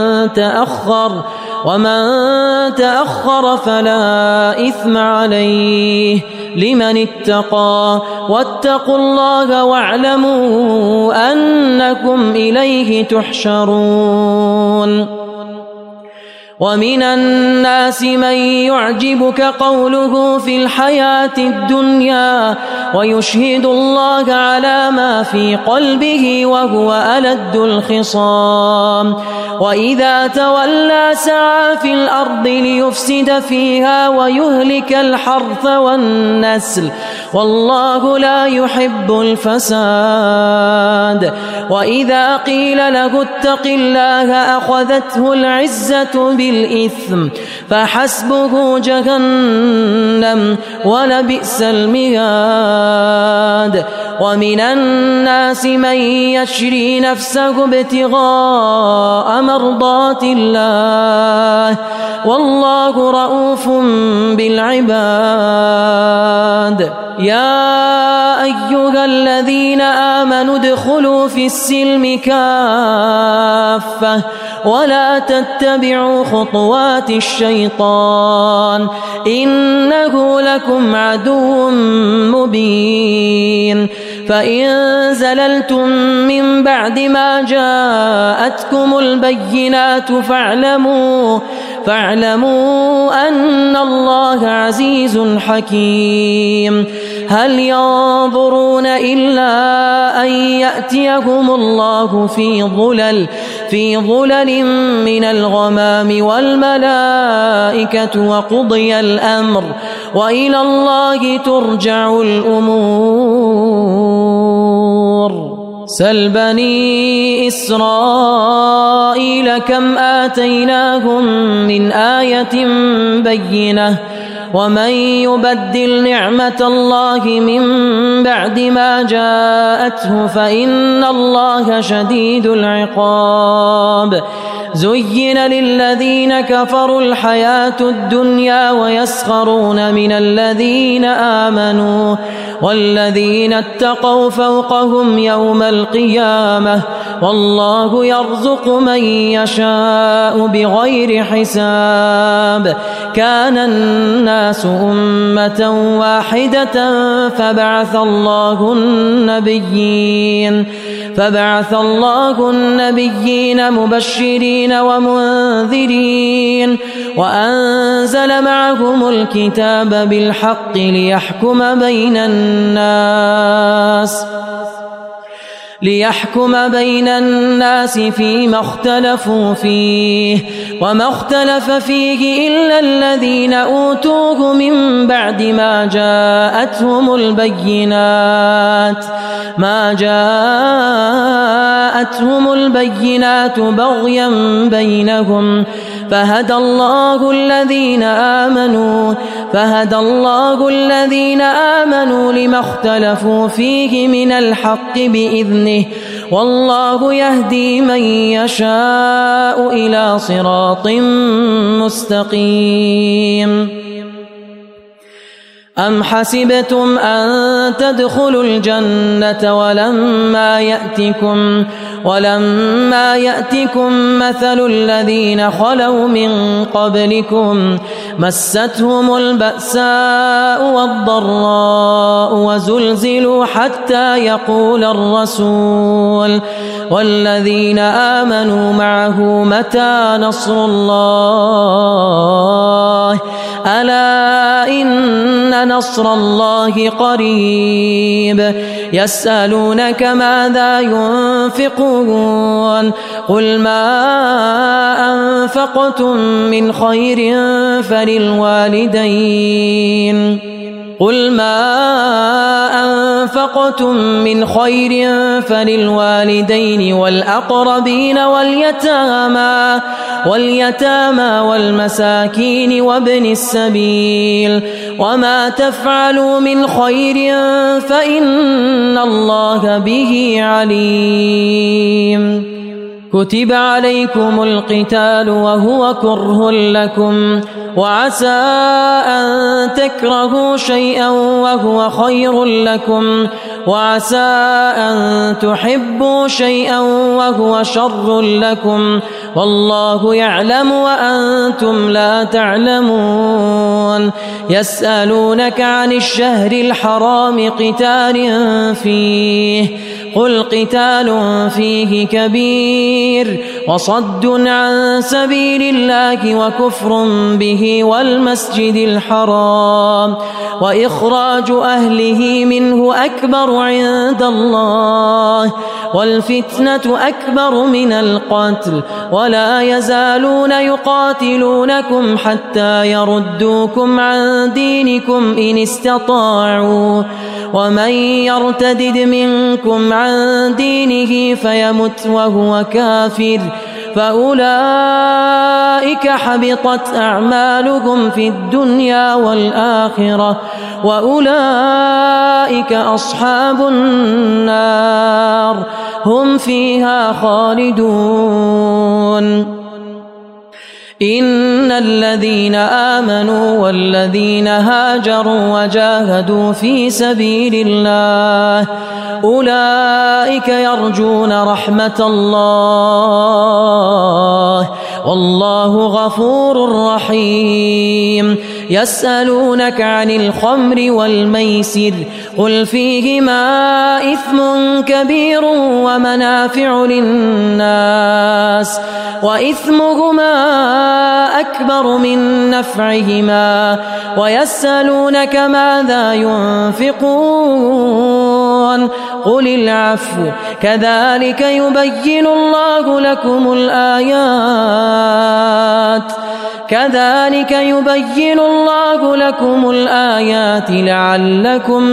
ومن تأخر فلا إثم عليه لمن اتقى واتقوا الله واعلموا أنكم إليه تحشرون ومن الناس من يعجبك قوله في الحياة الدنيا ويشهد الله على ما في قلبه وهو ألد الخصام وإذا تولى سعى في الأرض ليفسد فيها ويهلك الحرث والنسل والله لا يحب الفساد وإذا قيل له اتق الله أخذته العزة بالإثم فحسبه جهنم ولبئس المهاد ومن الناس من يشري نفسه ابتغاء مرضات الله والله رؤوف بالعباد يا أيها الذين آمنوا ادخلوا في السلم كافة ولا تتبعوا خطوات الشيطان إنه لكم عدو مبين فإن زللتم من بعد ما جاءتكم البينات فاعلموا أن الله عزيز حكيم هل ينظرون إلا أن يأتيهم الله في ظلل من الغمام والملائكة وقضي الأمر وإلى الله ترجع الأمور سل بني إسرائيل كم آتيناهم من آية بينة ومن يبدل نعمة الله من بعد ما جاءته فإن الله شديد العقاب زين للذين كفروا الحياة الدنيا ويسخرون من الذين آمنوا والذين اتقوا فوقهم يوم القيامة والله يرزق من يشاء بغير حساب كان الناس أمة واحدة فبعث الله النبيين مبشرين ومنذرين وأنزل معهم الكتاب بالحق ليحكم بين الناس فيما اختلفوا فيه وما اختلف فيه إلا الذين أوتوه من بعد ما جاءتهم البينات بغيا بينهم فهدى الله الذين آمنوا لما اختلفوا فيه من الحق بإذنه والله يهدي من يشاء إلى صراط مستقيم أم حسبتم أن تدخلوا الجنة ولما يأتكم مثل الذين خلوا من قبلكم مستهم البأساء والضراء وزلزلوا حتى يقول الرسول والذين آمنوا معه متى نصر الله ألا إن نصر الله قريب يسألونك ماذا ينفقون قل ما أنفقتم من خير فللوالدين والأقربين واليتامى والمساكين وابن السبيل وما تفعلوا من خير فإن الله به عليم كتب عليكم القتال وهو كره لكم وعسى أن تكرهوا شيئا وهو خير لكم وعسى أن تحبوا شيئا وهو شر لكم والله يعلم وأنتم لا تعلمون يسألونك عن الشهر الحرام قتال فيه قل قتال فيه كبير وصد عن سبيل الله وكفر به والمسجد الحرام وإخراج أهله منه أكبر عند الله والفتنة أكبر من القتل ولا يزالون يقاتلونكم حتى يردوكم عن دينكم إن استطاعوا ومن يرتدد منكم عن دينه فيمت وهو كافر فأولئك حبطت أعمالهم في الدنيا والآخرة وأولئك أصحاب النار هم فيها خالدون إن الذين آمنوا والذين هاجروا وجاهدوا في سبيل الله أولئك يرجون رحمة الله والله غفور رحيم يسألونك عن الخمر والميسر قل فيهما إثم كبير ومنافع للناس وإثمهما أكبر من نفعهما ويسألونك ماذا ينفقون قل العفو كذلك يبين الله لكم الآيات لعلكم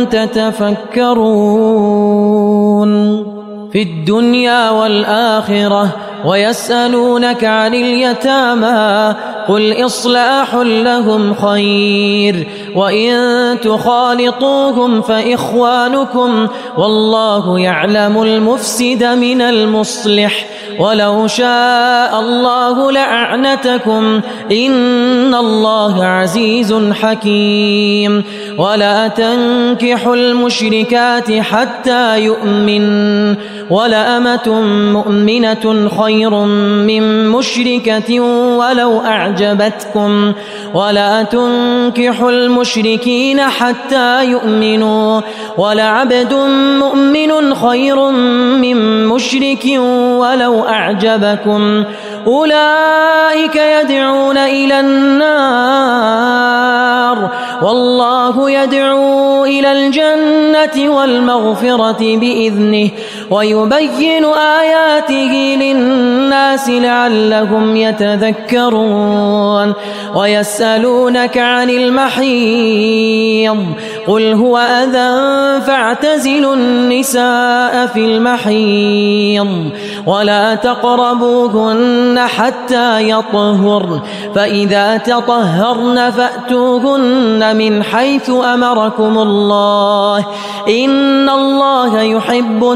تتفكرون في الدنيا والآخرة ويسألونك عن اليتامى قل إصلاح لهم خير وإن تخالطوهم فإخوانكم والله يعلم المفسد من المصلح ولو شاء الله لأعنتكم إن الله عزيز حكيم ولا تنكحوا المشركات حتى يؤمن ولأمة مؤمنة خير من مشركة ولو أعجبتكم ولا تنكحوا المشركين حتى يؤمنوا ولعبد مؤمن خير من مشرك ولو أعجبكم أولئك يدعون إلى النار والله يدعو إلى الجنة والمغفرة بإذنه ويبين آياته للناس لعلهم يتذكرون ويسألونك عن المحيض قل هو أذى فاعتزلوا النساء في المحيض ولا تقربوهن حتى يطهرن فإذا تطهرن فأتوهن من حيث أمركم الله إن الله يحب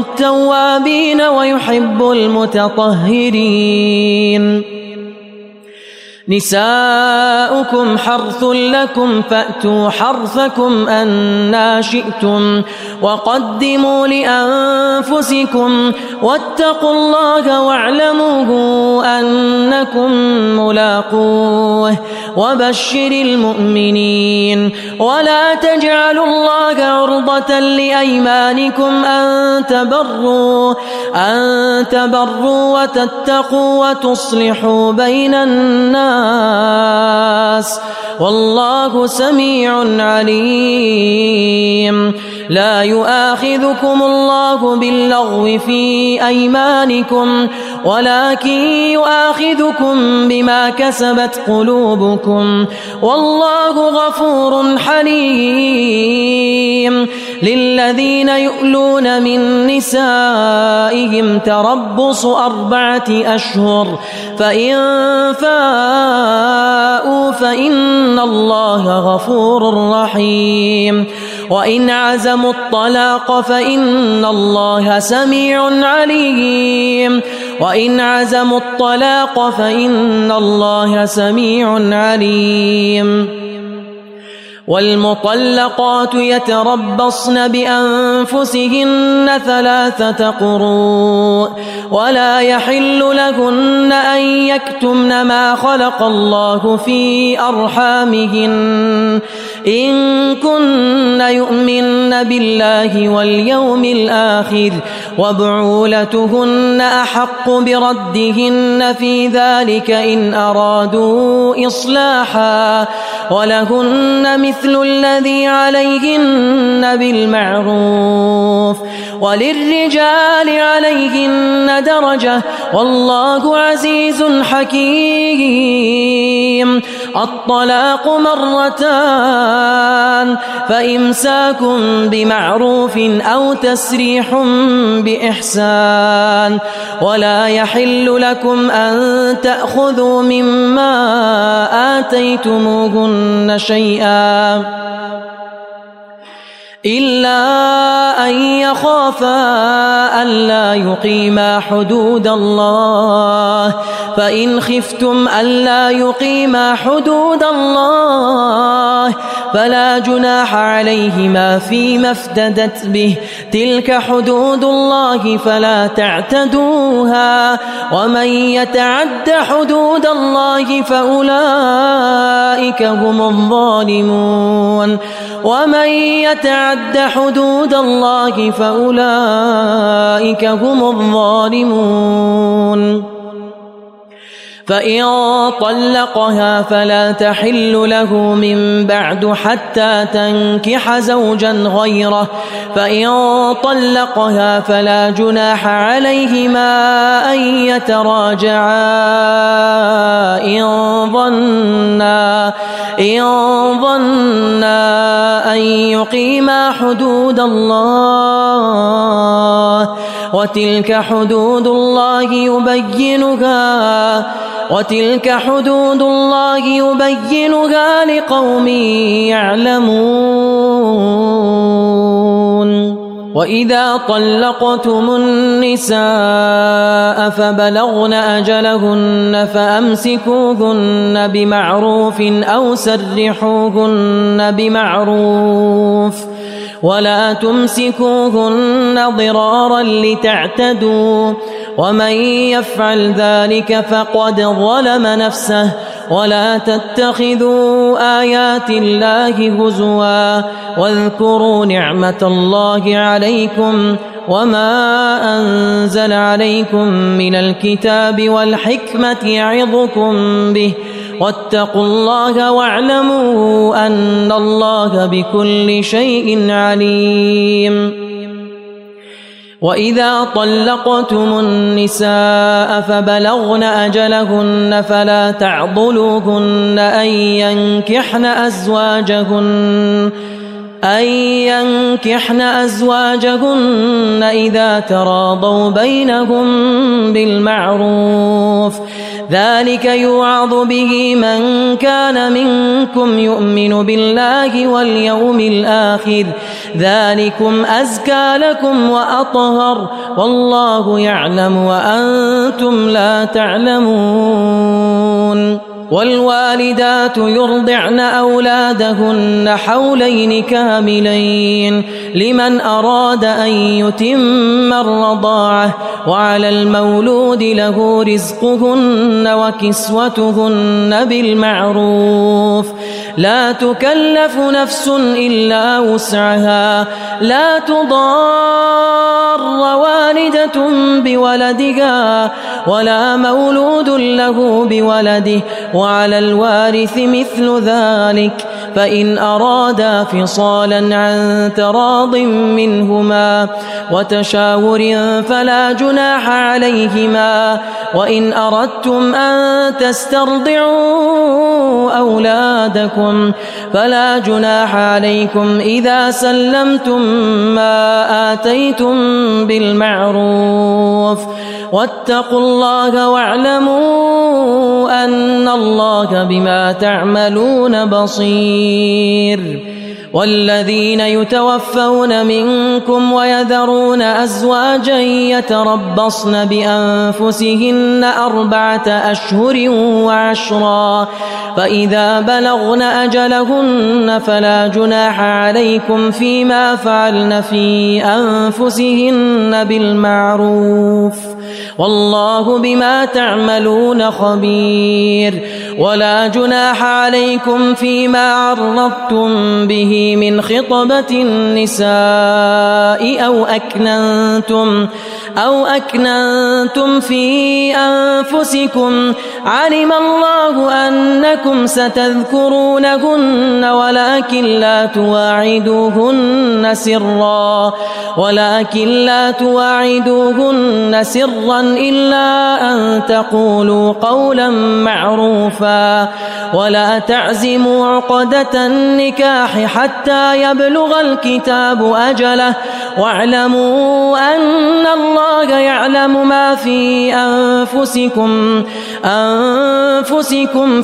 التوابين ويحب المتطهرين نساؤكم حرث لكم فأتوا حرثكم أنى شئتم وقدموا لأنفسكم واتقوا الله واعلموا أنكم ملاقوه وبشر المؤمنين ولا تجعلوا الله عرضة لأيمانكم أن تبروا وتتقوا وتصلحوا بين الناس والله سميع عليم. لا يؤاخذكم الله باللغو في أيمانكم ولكن يؤاخذكم بما كسبت قلوبكم والله غفور حليم. للذين يؤلون من نسائهم تربص 4 أشهر فإن فاءوا فإن الله غفور رحيم. وإن عزموا الطلاق فإن الله سميع عليم. وإن عزموا الطلاق فإن الله سميع عليم. والمطلقات يتربصن بأنفسهن 3 قروء ولا يحل لهن أن يكتمن ما خلق الله في أرحامهن إن كن يؤمن بالله واليوم الآخر وبعولتهن أحق بردهن في ذلك إن أرادوا إصلاحا ولهن مثل الذي عليهن بالمعروف وللرجال عليهن درجة والله عزيز حكيم. الطلاق 2 فإمساك بمعروف أو تسريح بإحسان ولا يحل لكم أن تأخذوا مما آتيتموهن شيئا إلا أن يخافا ألا يقيما حدود الله فإن خفتم ألا يقيما حدود الله فلا جناح عليهما فيما افتدت به تلك حدود الله فلا تعتدوها ومن يتعد حدود الله فأولئك هم الظالمون. ومن يتعد حدود الله فأولئك هم الظالمون. فإن طلقها فلا تحل له من بعد حتى تنكح زوجا غيره فإن طلقها فلا جناح عليهما أن يتراجعا إن ظنا أن يقيما حدود الله وتلك حدود الله يبينها لقوم يعلمون. وإذا طلقتم النساء فبلغن أجلهن فأمسكوهن بمعروف أو سرحوهن بمعروف ولا تمسكوهن ضرارا لتعتدوا ومن يفعل ذلك فقد ظلم نفسه ولا تتخذوا آيات الله هزوا واذكروا نعمة الله عليكم وما أنزل عليكم من الكتاب والحكمة يعظكم به واتقوا الله واعلموا أن الله بكل شيء عليم. وإذا طلقتم النساء فبلغن أجلهن فلا تعضلوهن أن ينكحن أزواجهن إذا تراضوا بينهم بالمعروف ذلك يوعظ به من كان منكم يؤمن بالله واليوم الآخر ذلكم أزكى لكم وأطهر والله يعلم وأنتم لا تعلمون. والوالدات يرضعن أولادهن حولين كاملين لمن أراد أن يتم الرضاعة وعلى المولود له رزقهن وكسوتهن بالمعروف لا تكلف نفس إلا وسعها لا تضار والدة بولدها ولا مولود له بولده وعلى الوارث مثل ذلك فإن أرادا فصالا عن تراض منهما وتشاور فلا جناح عليهما وإن أردتم أن تسترضعوا أولادكم فلا جناح عليكم إذا سلمتم ما آتيتم بالمعروف واتقوا الله واعلموا أن الله بما تعملون بصير والذين يتوفون منكم ويذرون أزواجا يتربصن بأنفسهن 4 أشهر و10 فإذا بلغن أجلهن فلا جناح عليكم فيما فعلن في أنفسهن بالمعروف والله بما تعملون خبير ولا جناح عليكم فيما عرضتم به من خطبة النساء أو أكننتم في أنفسكم علم الله أنكم ستذكرونهن ولكن لا تواعدوهن سرا إلا أن تقولوا قولا معروفا ولا تعزموا عقدة النكاح حتى يبلغ الكتاب أجله واعلموا أن الله يعلم ما في أنفسكم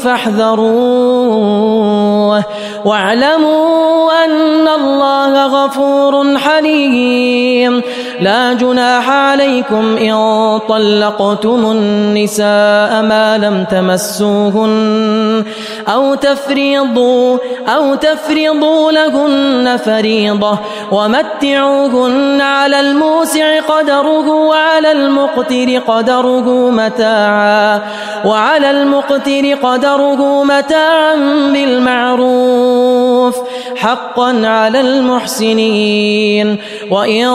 فاحذروه واعلموا أن الله غفور حليم لا جناح عليكم إن طلقتم النساء ما لم تمسوهن أو تفرضوا لهن فريضة ومتعوهن على الموسع قدره وعلى المقتر قدره متاعا بالمعروف حقا على المحسنين وإن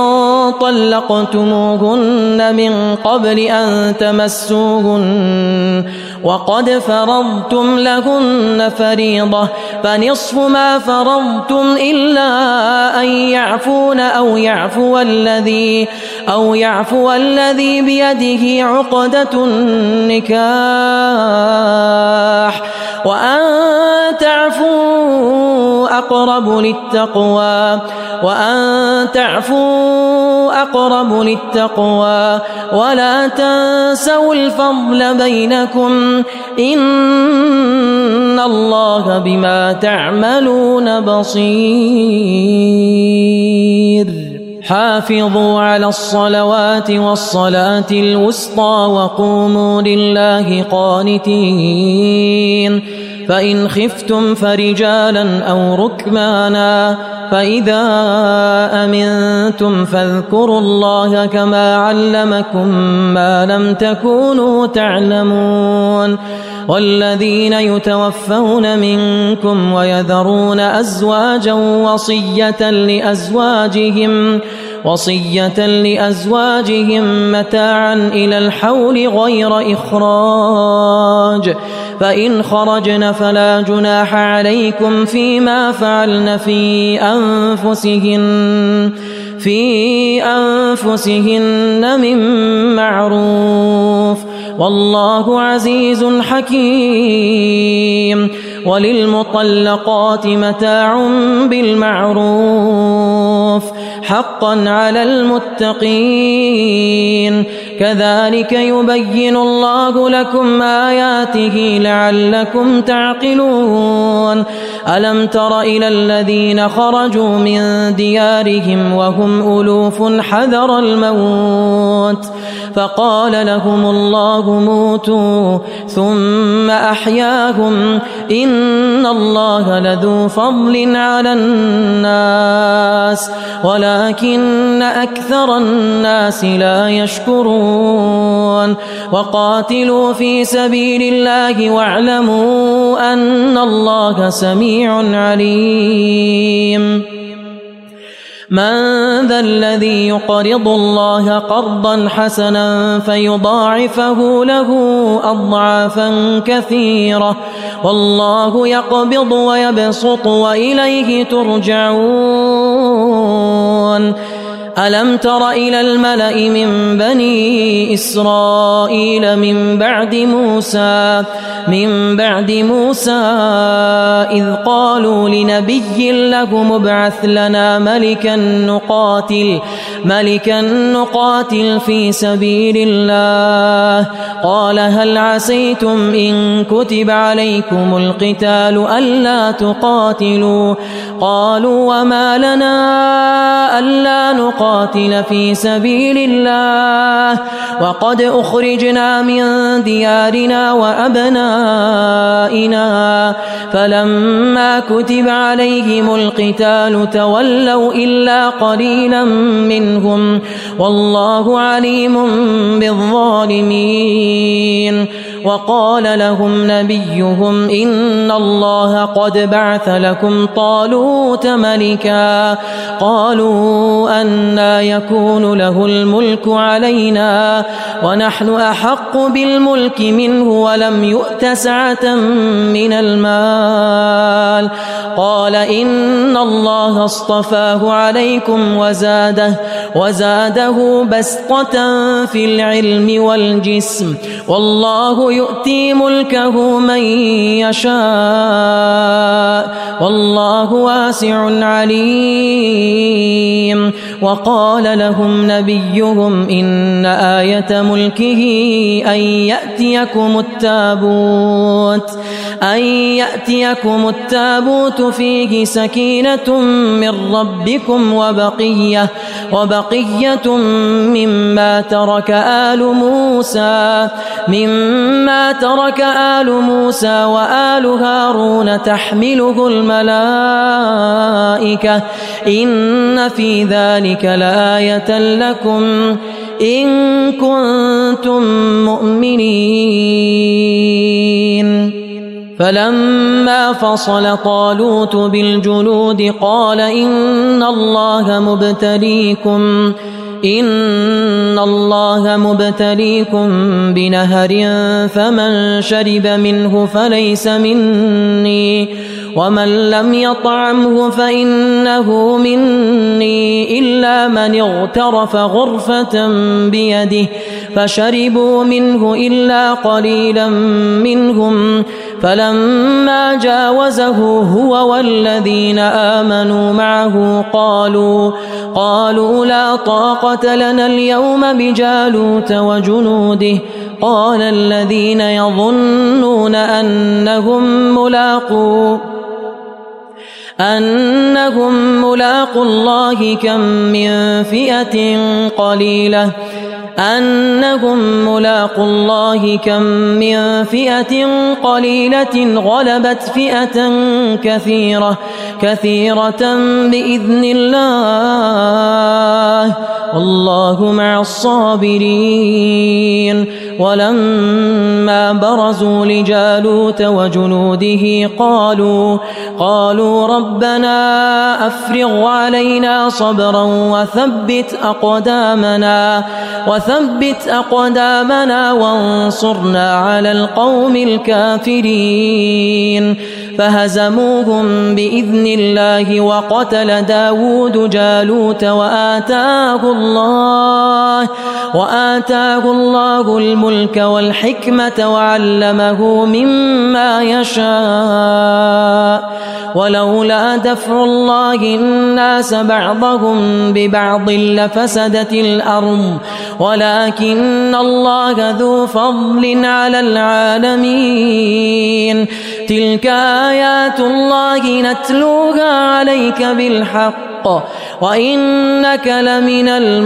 طلقتموهن من قبل أن تمسوهن وقد فرضتم لهن فريضة فنصف ما فرضتم إلا أن يعفون أو يعفو الذي بيده عقدة النكاح وأن تعفوا أقرب للتقوى ولا تنسوا الفضل بينكم إن الله بما تعملون بصير حافظوا على الصلوات والصلاة الوسطى وقوموا لله قانتين فإن خفتم فرجالا أو ركبانا فإذا أمنتم فاذكروا الله كما علمكم ما لم تكونوا تعلمون والذين يتوفون منكم ويذرون أزواجا وصية لأزواجهم متاعا إلى الحول غير إخراج فإن خرجن فلا جناح عليكم فيما فعلن في أنفسهن من معروف والله عزيز حكيم وللمطلقات متاع بالمعروف حقا على المتقين كذلك يبين الله لكم آياته لعلكم تعقلون ألم تر إلى الذين خرجوا من ديارهم وهم ألوف حذر الموت فقال لهم الله موتوا ثم أحياهم إن الله لذو فضل على الناس ولكن أكثر الناس لا يشكرون وقاتلوا في سبيل الله واعلموا أن الله سميع عليم من ذا الذي يقرض الله قرضا حسنا فيضاعفه له أضعافا كثيرة والله يقبض ويبسط وإليه ترجعون ألم تر إلى الملأ من بني إسرائيل من بعد موسى إذ قالوا لنبي له ابعث لنا ملكا نقاتل في سبيل الله قال هل عسيتم إن كتب عليكم القتال ألا تقاتلوا قالوا وما لنا ألا نقاتل في سبيل الله وقد أخرجنا من ديارنا وأبنائنا فلما كتب عليهم القتال تولوا إلا قليلا منهم والله عليم بالظالمين وقال لهم نبيهم إن الله قد بعث لكم طالوت ملكا قالوا أنى يكون له الملك علينا ونحن أحق بالملك منه ولم يؤت سعة من المال قال إن الله اصطفاه عليكم وزاده بسطة في العلم والجسم والله يؤتي ملكه من يشاء والله واسع عليم وقال لهم نبيهم إن آية ملكه أن يأتيكم التابوت فيه سكينة من ربكم وبقية مما ترك آل موسى وآل هارون تحمله الملائكة إن في ذلك لآية لكم إن كنتم مؤمنين فلما فصل طالوت بالجنود قال إن الله مبتليكم بنهر فمن شرب منه فليس مني ومن لم يطعمه فإنه مني إلا من اغترف غرفة بيده فشربوا منه إلا قليلا منهم فلما جاوزه هو والذين آمنوا معه قالوا لا طاقة لنا اليوم بجالوت وجنوده قال الذين يظنون أنهم ملاقو الله كم من فئة قليلة غلبت فئة كثيرة بإذن الله والله مع الصابرين ولما برزوا لجالوت وجنوده قالوا ربنا أفرغ علينا صبرا وثبت أقدامنا وانصرنا على القوم الكافرين فهزموهم بإذن الله وقتل داود جالوت وآتاه الله الملك والحكمة وعلمه مما يشاء ولولا دفع الله الناس بعضهم ببعض لفسدت الأرض ولكن الله ذو فضل على العالمين تلك آيات الله نتلوها عليك بالحق وإنك لمن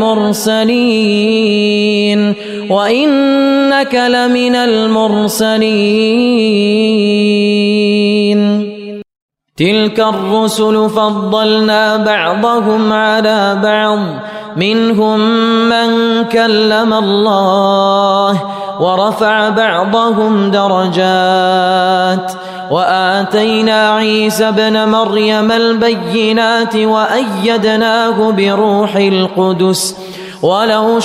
المرسلين تلك الرسل فضلنا بعضهم على بعض منهم من كلم الله ورفع بعضهم درجات وآتينا عيسى ابن مريم البينات وأيدناه بروح القدس ولو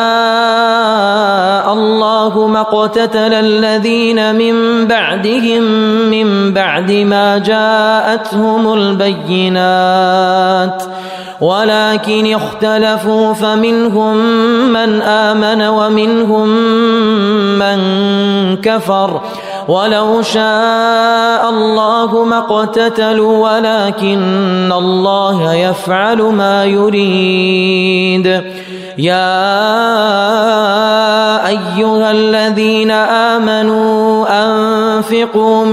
شاء الله ما اقتتل الذين من بعدهم من بعد ما جاءتهم البينات ولكن اختلفوا فمنهم من آمن ومنهم من كفر ولو شاء الله ما اقتتلوا ولكن الله يفعل ما يريد يا أيها الذين آمنوا أنفقوا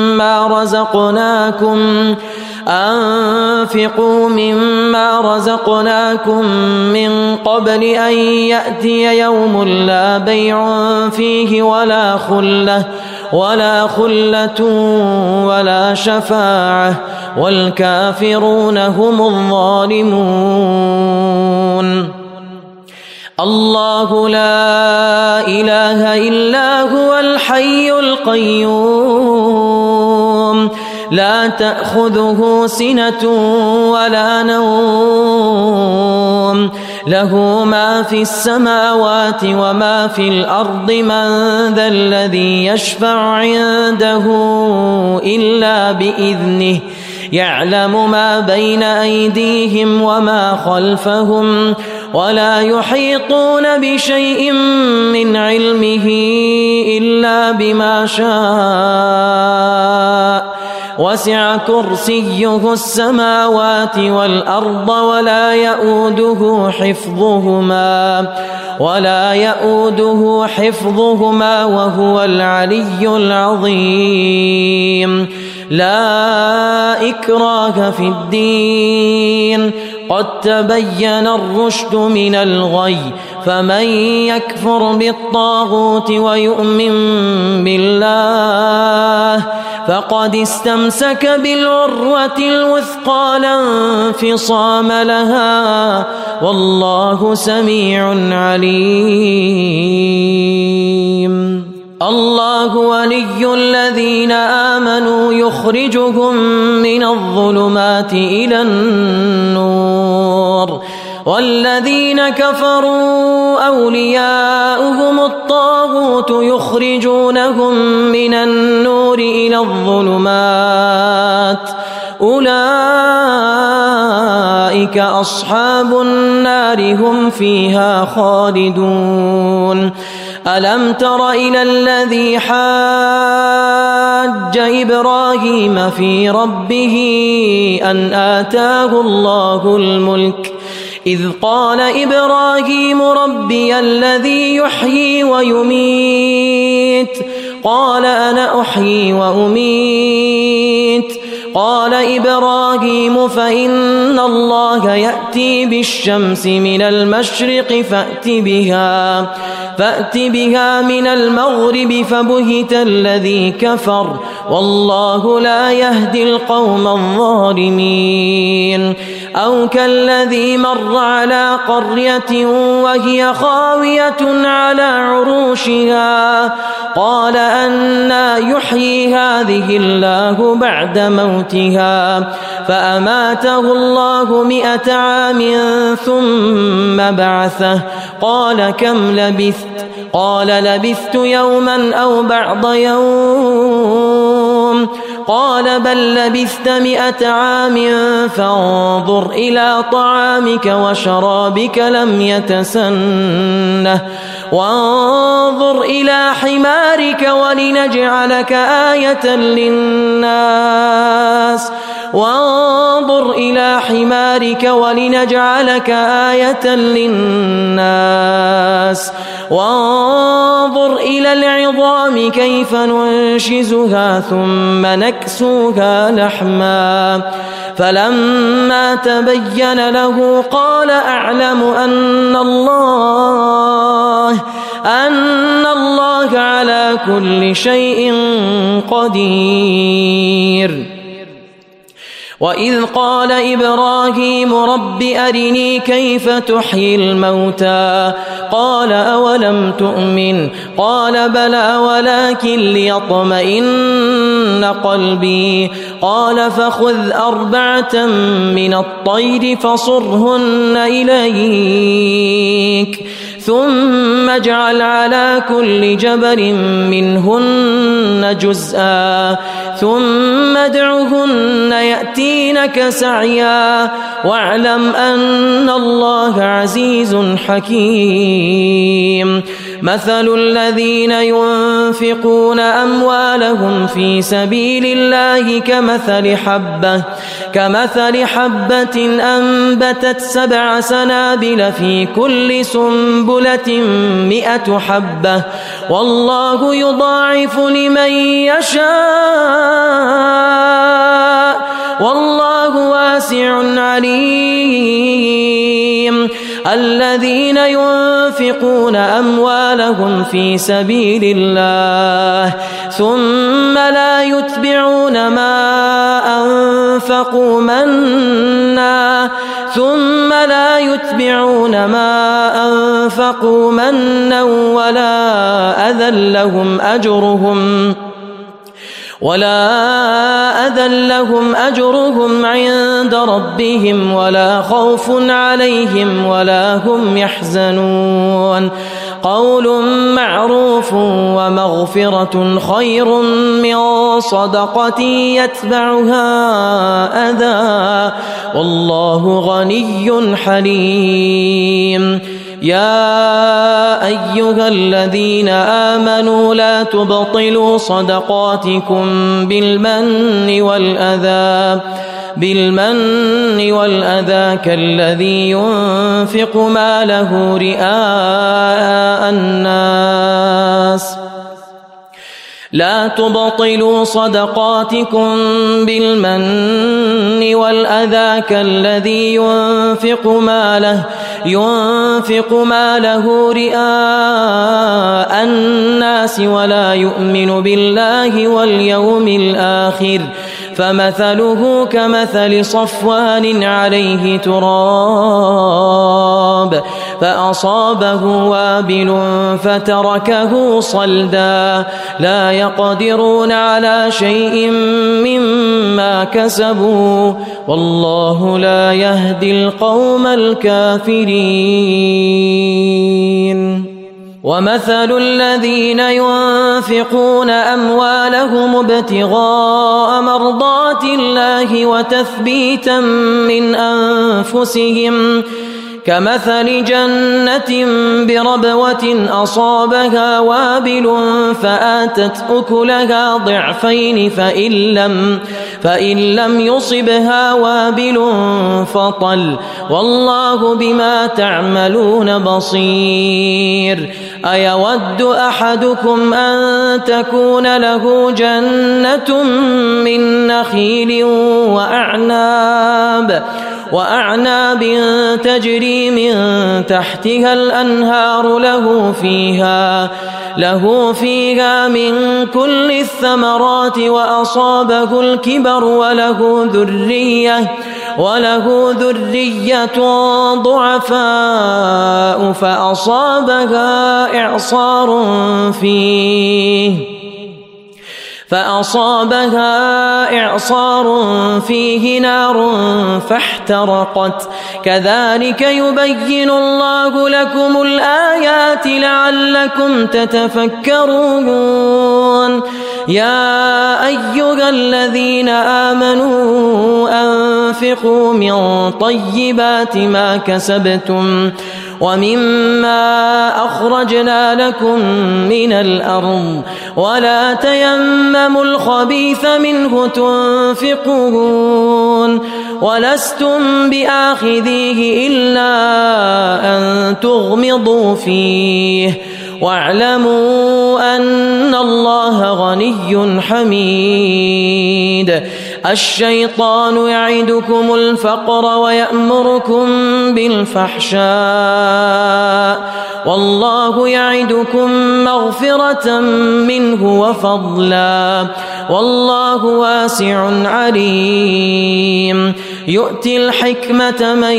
مما رزقناكم من قبل أن يأتي يوم لا بيع فيه ولا خلة ولا شفاعة والكافرون هم الظالمون الله لا إله إلا هو الحي القيوم لا تأخذه سنة ولا نوم له ما في السماوات وما في الأرض من ذا الذي يشفع عنده إلا بإذنه يعلم ما بين أيديهم وما خلفهم ولا يحيطون بشيء من علمه إلا بما شاء وسع كرسيه السماوات والأرض ولا يؤوده حفظهما وهو العلي العظيم لا إكراه في الدين قد تبين الرشد من الغي فمن يكفر بالطاغوت ويؤمن بالله فقد استمسك بالعروة الوثقى لا انفصام لها والله سميع عليم الله ولي الذين آمنوا يخرجهم من الظلمات إلى النور والذين كفروا أولياؤهم الطاغوت يخرجونهم من النور إلى الظلمات أولئك أصحاب النار هم فيها خالدون ألم تر إلى الذي حاج إبراهيم في ربه أن آتاه الله الملك إذ قال إبراهيم ربي الذي يحيي ويميت قال أنا أحيي وأميت قال إبراهيم فإن الله يأتي بالشمس من المشرق فأت بها من المغرب فبهت الذي كفر والله لا يهدي القوم الظالمين أو كالذي مر على قرية وهي خاوية على عروشها قال أنى يحيي هذه الله بعد موتها فأماته الله 100 عام ثم بعثه قال كم لبثت قال لبثت يوما أو بعض يوم قال بل لبثت 100 عام فانظر إلى طعامك وشرابك لم يتسنه وانظر إلى حمارك ولنجعلك آية للناس وانظر إلى حمارك ولنجعلك آية للناس وانظر إلى العظام كيف ننشزها ثم نكسوها لحما فلما تبين له قال أعلم أن الله على كل شيء قدير. وإذ قال إبراهيم رب أرني كيف تحيي الموتى قال أولم تؤمن قال بلى ولكن ليطمئن قلبي قال فخذ 4 من الطير فصرهن إليك ثم اجعل على كل جبل منهن جزءا ثم ادعهن يأتينك سعيا واعلم أن الله عزيز حكيم. مثل الذين ينفقون أموالهم في سبيل الله كمثل حبة أنبتت 7 سنابل في كل سنبلة 100 حبة والله يضاعف لمن يشاء والله واسع عليم. الذين ينفقون أموالهم في سبيل الله ثم لا يتبعون ما أنفقوا منا ولا أذى لهم أجرهم عند ربهم ولا خوف عليهم ولا هم يحزنون. قول معروف ومغفرة خير من صدقة يتبعها أذى والله غني حليم. يا أيها الذين آمنوا لا تبطلوا صدقاتكم بالمن والأذى كالذي ينفق ماله رئاء الناس لا تبطلوا صدقاتكم بالمن والأذى كالذي ينفق ماله رئاء الناس ولا يؤمن بالله واليوم الآخر فمثله كمثل صفوان عليه تراب فأصابه وابل فتركه صلدا لا يقدرون على شيء مما كسبوا والله لا يهدي القوم الكافرين. ومثل الذين ينفقون أموالهم ابتغاء مرضات الله وتثبيتا من أنفسهم كمثل جنة بربوة أصابها وابل فآتت أكلها ضعفين فإن لم يصبها وابل فطل والله بما تعملون بصير. أيود أحدكم أن تكون له جنة من نخيل وأعناب تجري من تحتها الأنهار له فيها من كل الثمرات وأصابه الكبر وله ذرية ضعفاء فأصابها إعصار فيه نار فاحترقت كذلك يبين الله لكم الآيات لعلكم تتفكرون. يا أيها الذين آمنوا أنفقوا من طيبات ما كسبتم ومما أخرجنا لكم من الأرض ولا تيمموا الخبيث منه تنفقون ولستم بآخذيه إلا أن تغمضوا فيه واعلموا أن الله غني حميد. الشيطان يعدكم الفقر ويأمركم بالفحشاء والله يعدكم مغفرة منه وفضلا والله واسع عليم. يؤتي الحكمة من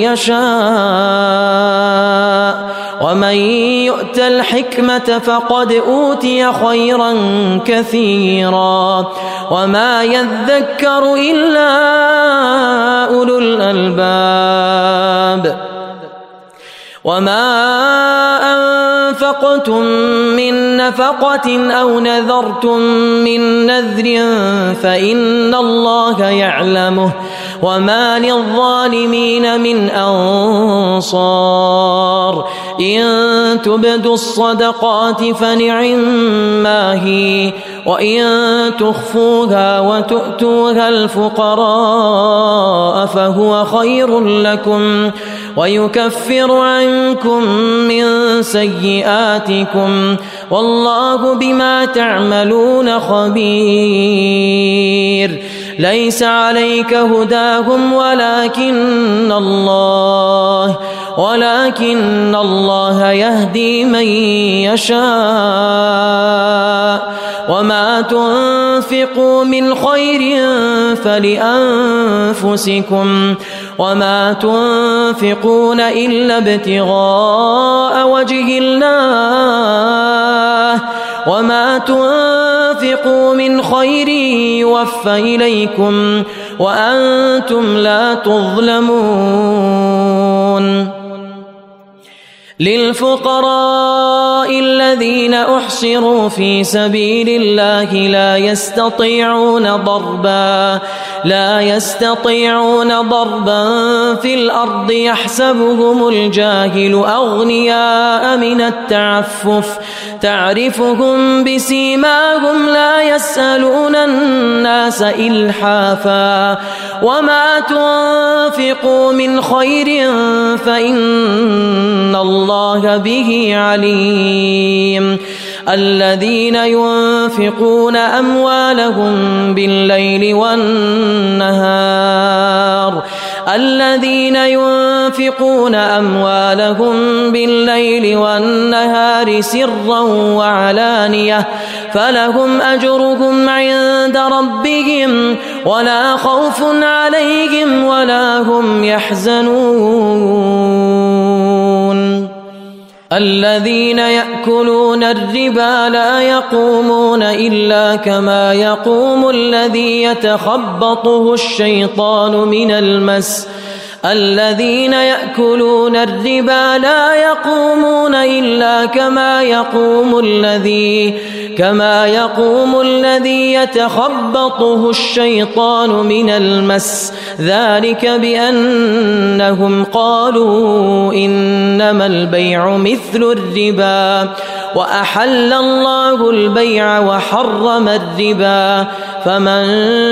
يشاء ومن يؤت الحكمة فقد أوتي خيرا كثيرا وما يذكر إلا أولو الألباب. وما أنفقتم من نفقة أو نذرتم من نذر فإن الله يعلمه وما للظالمين من أنصار. إن تبدوا الصدقات فنعما هي وإن تخفوها وتؤتوها الفقراء فهو خير لكم ويكفر عنكم من سيئاتكم والله بما تعملون خبير. ليس عليك هداهم ولكن الله يهدي من يشاء وما تنفقوا من خير فلأنفسكم وما تنفقون إلا ابتغاء وجه الله وما تنفقوا من خير يوفى إليكم وأنتم لا تظلمون. للفقراء الذين أحصروا في سبيل الله لا يستطيعون ضربا في الأرض يحسبهم الجاهل أغنياء من التعفف تعرفهم بسيماهم لا يسألون الناس إلحافا وما تنفقوا من خير فإن الله به عليم. الذين ينفقون أموالهم بالليل والنهار سرا وعلانية فلهم أجرهم عند ربهم ولا خوف عليهم ولا هم يحزنون. الذين يأكلون الربا لا يقومون إلا كما يقوم الذي يتخبطه الشيطان من المس. الذين يأكلون الربا لا يقومون إلا كما يقوم الذي يتخبطه الشيطان من المس ذلك بأنهم قالوا إنما البيع مثل الربا وأحل الله البيع وحرم الربا فمن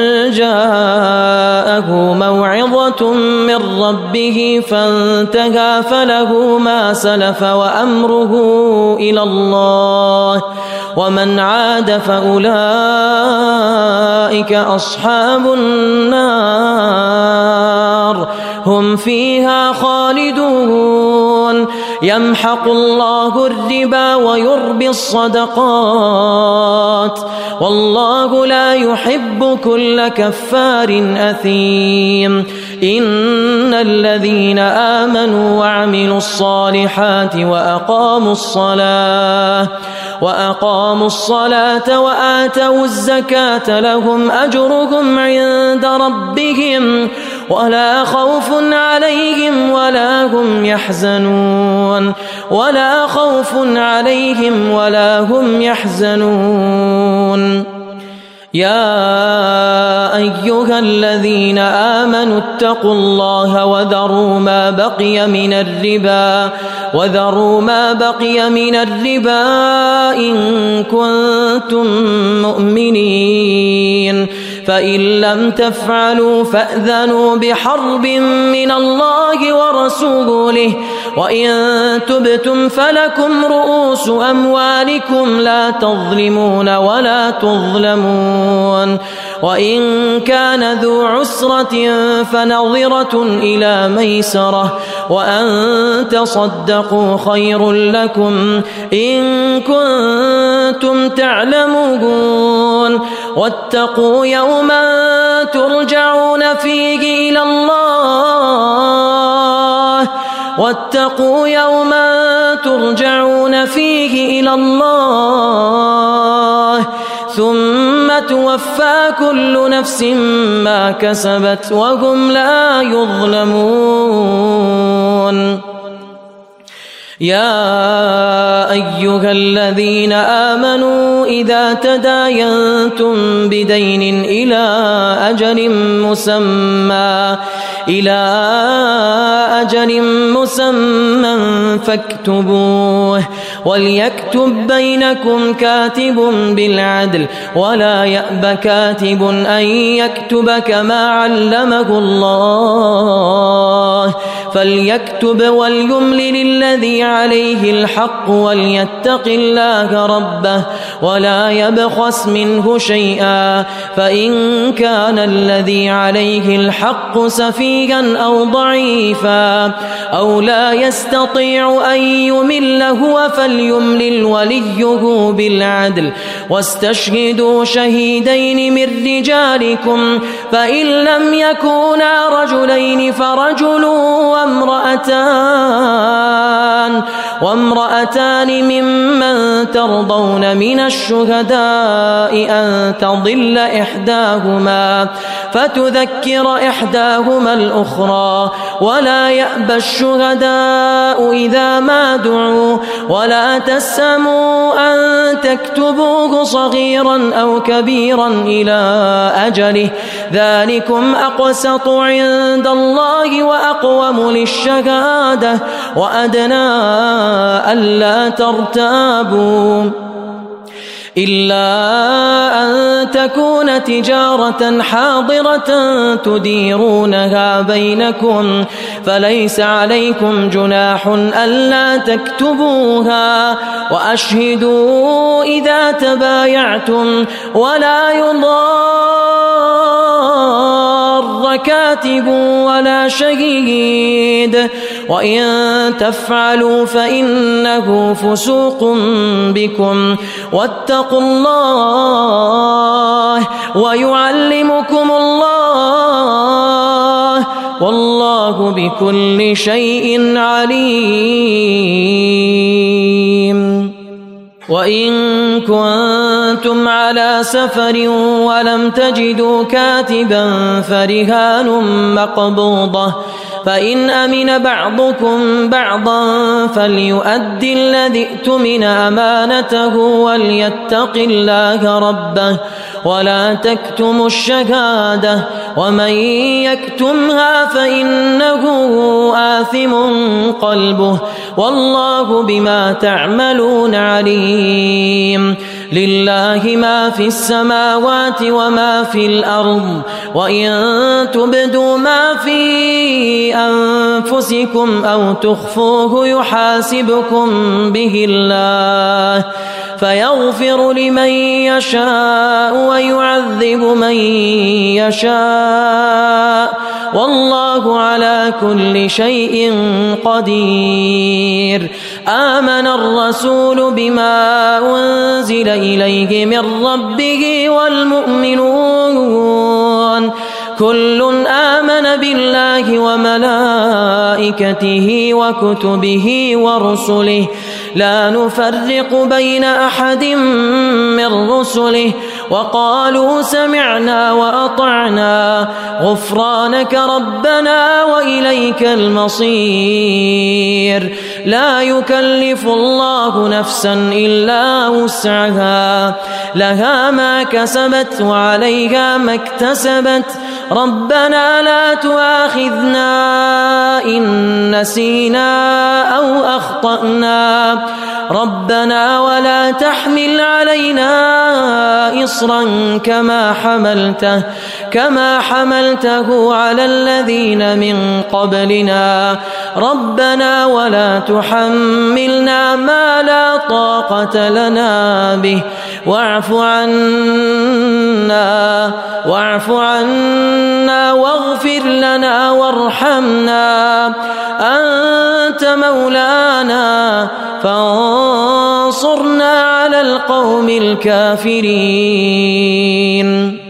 جاءه موعظة من ربه فانتهى فله ما سلف وأمره إلى الله ومن عاد فأولئك أصحاب النار هم فيها خالدون. يمحق الله الربا ويربي الصدقات والله لا يحب كل كفار أثيم. إن الذين آمنوا وعملوا الصالحات وأقاموا الصلاة وآتوا الزكاة لهم أجرهم عند ربهم ولا خوف عليهم ولا هم يحزنون. يا أيها الذين آمنوا اتقوا الله وذروا ما بقي من الربا إن كنتم مؤمنين فإن لم تفعلوا فأذنوا بحرب من الله ورسوله وإن تبتم فلكم رؤوس أموالكم لا تظلمون ولا تظلمون وإن كان ذو عسرة فنظرة إلى ميسرة وأن تصدقوا خير لكم إن كنتم تعلمون واتقوا يوما ترجعون فيه إلى الله ثم توفى كل نفس ما كسبت وهم لا يظلمون يا أيها الذين آمنوا إذا تداينتم بدين إلى أجل مسمى فاكتبوه وليكتب بينكم كاتب بالعدل ولا يأب كاتب أن يكتب كما علمه الله فليكتب وليملل الذي عليه الحق وليتق الله ربه ولا يبخس منه شيئا فإن كان الذي عليه الحق سفيها أو ضعيفا أو لا يستطيع أن يمل هو فليملل وليه بالعدل واستشهدوا شهيدين من رجالكم فإن لم يكونا رجلين فرجل وامرأتان ممن ترضون من الشهداء أن تضل إحداهما فتذكر إحداهما الأخرى ولا يأبى الشهداء إذا ما دعوا ولا تسأموا أن تكتبوه صغيرا أو كبيرا إلى أجله ذلكم أقسط عند الله وأقوم للشهادة وأدنى ألا ترتابوا إلا أن تكون تجارة حاضرة تديرونها بينكم فليس عليكم جناح ألا تكتبوها وأشهدوا إذا تبايعتم ولا يضار كاتب ولا شهيد وإن تفعلوا فإنه فسوق بكم واتقوا الله ويعلمكم الله والله بكل شيء عليم وإن كنتم على سفر ولم تجدوا كاتبا فرهان مقبوضة فإن أمن بعضكم بعضا فليؤدي الذي ائتمن أمانته وليتق الله ربه ولا تكتموا الشهادة ومن يكتمها فإنه آثم قلبه والله بما تعملون عليم لله ما في السماوات وما في الأرض وإن تبدوا ما في أنفسكم أو تخفوه يحاسبكم به الله فيغفر لمن يشاء ويعذب من يشاء والله على كل شيء قدير آمن الرسول بما أنزل إليه من ربه والمؤمنون كل آمن بالله وملائكته وكتبه ورسله لا نفرق بين أحد من رسله وقالوا سمعنا وأطعنا غفرانك ربنا وإليك المصير لا يكلف الله نفسا إلا وسعها لها ما كسبت وعليها ما اكتسبت ربنا لا تؤاخذنا إن نسينا أو أخطأنا ربنا ولا تحمل علينا إصرا كما حملته على الذين من قبلنا ربنا ولا تحملنا ما لا طاقة لنا به واعف عنا واغفر لنا وارحمنا أنت مولانا فانصرنا على القوم الكافرين.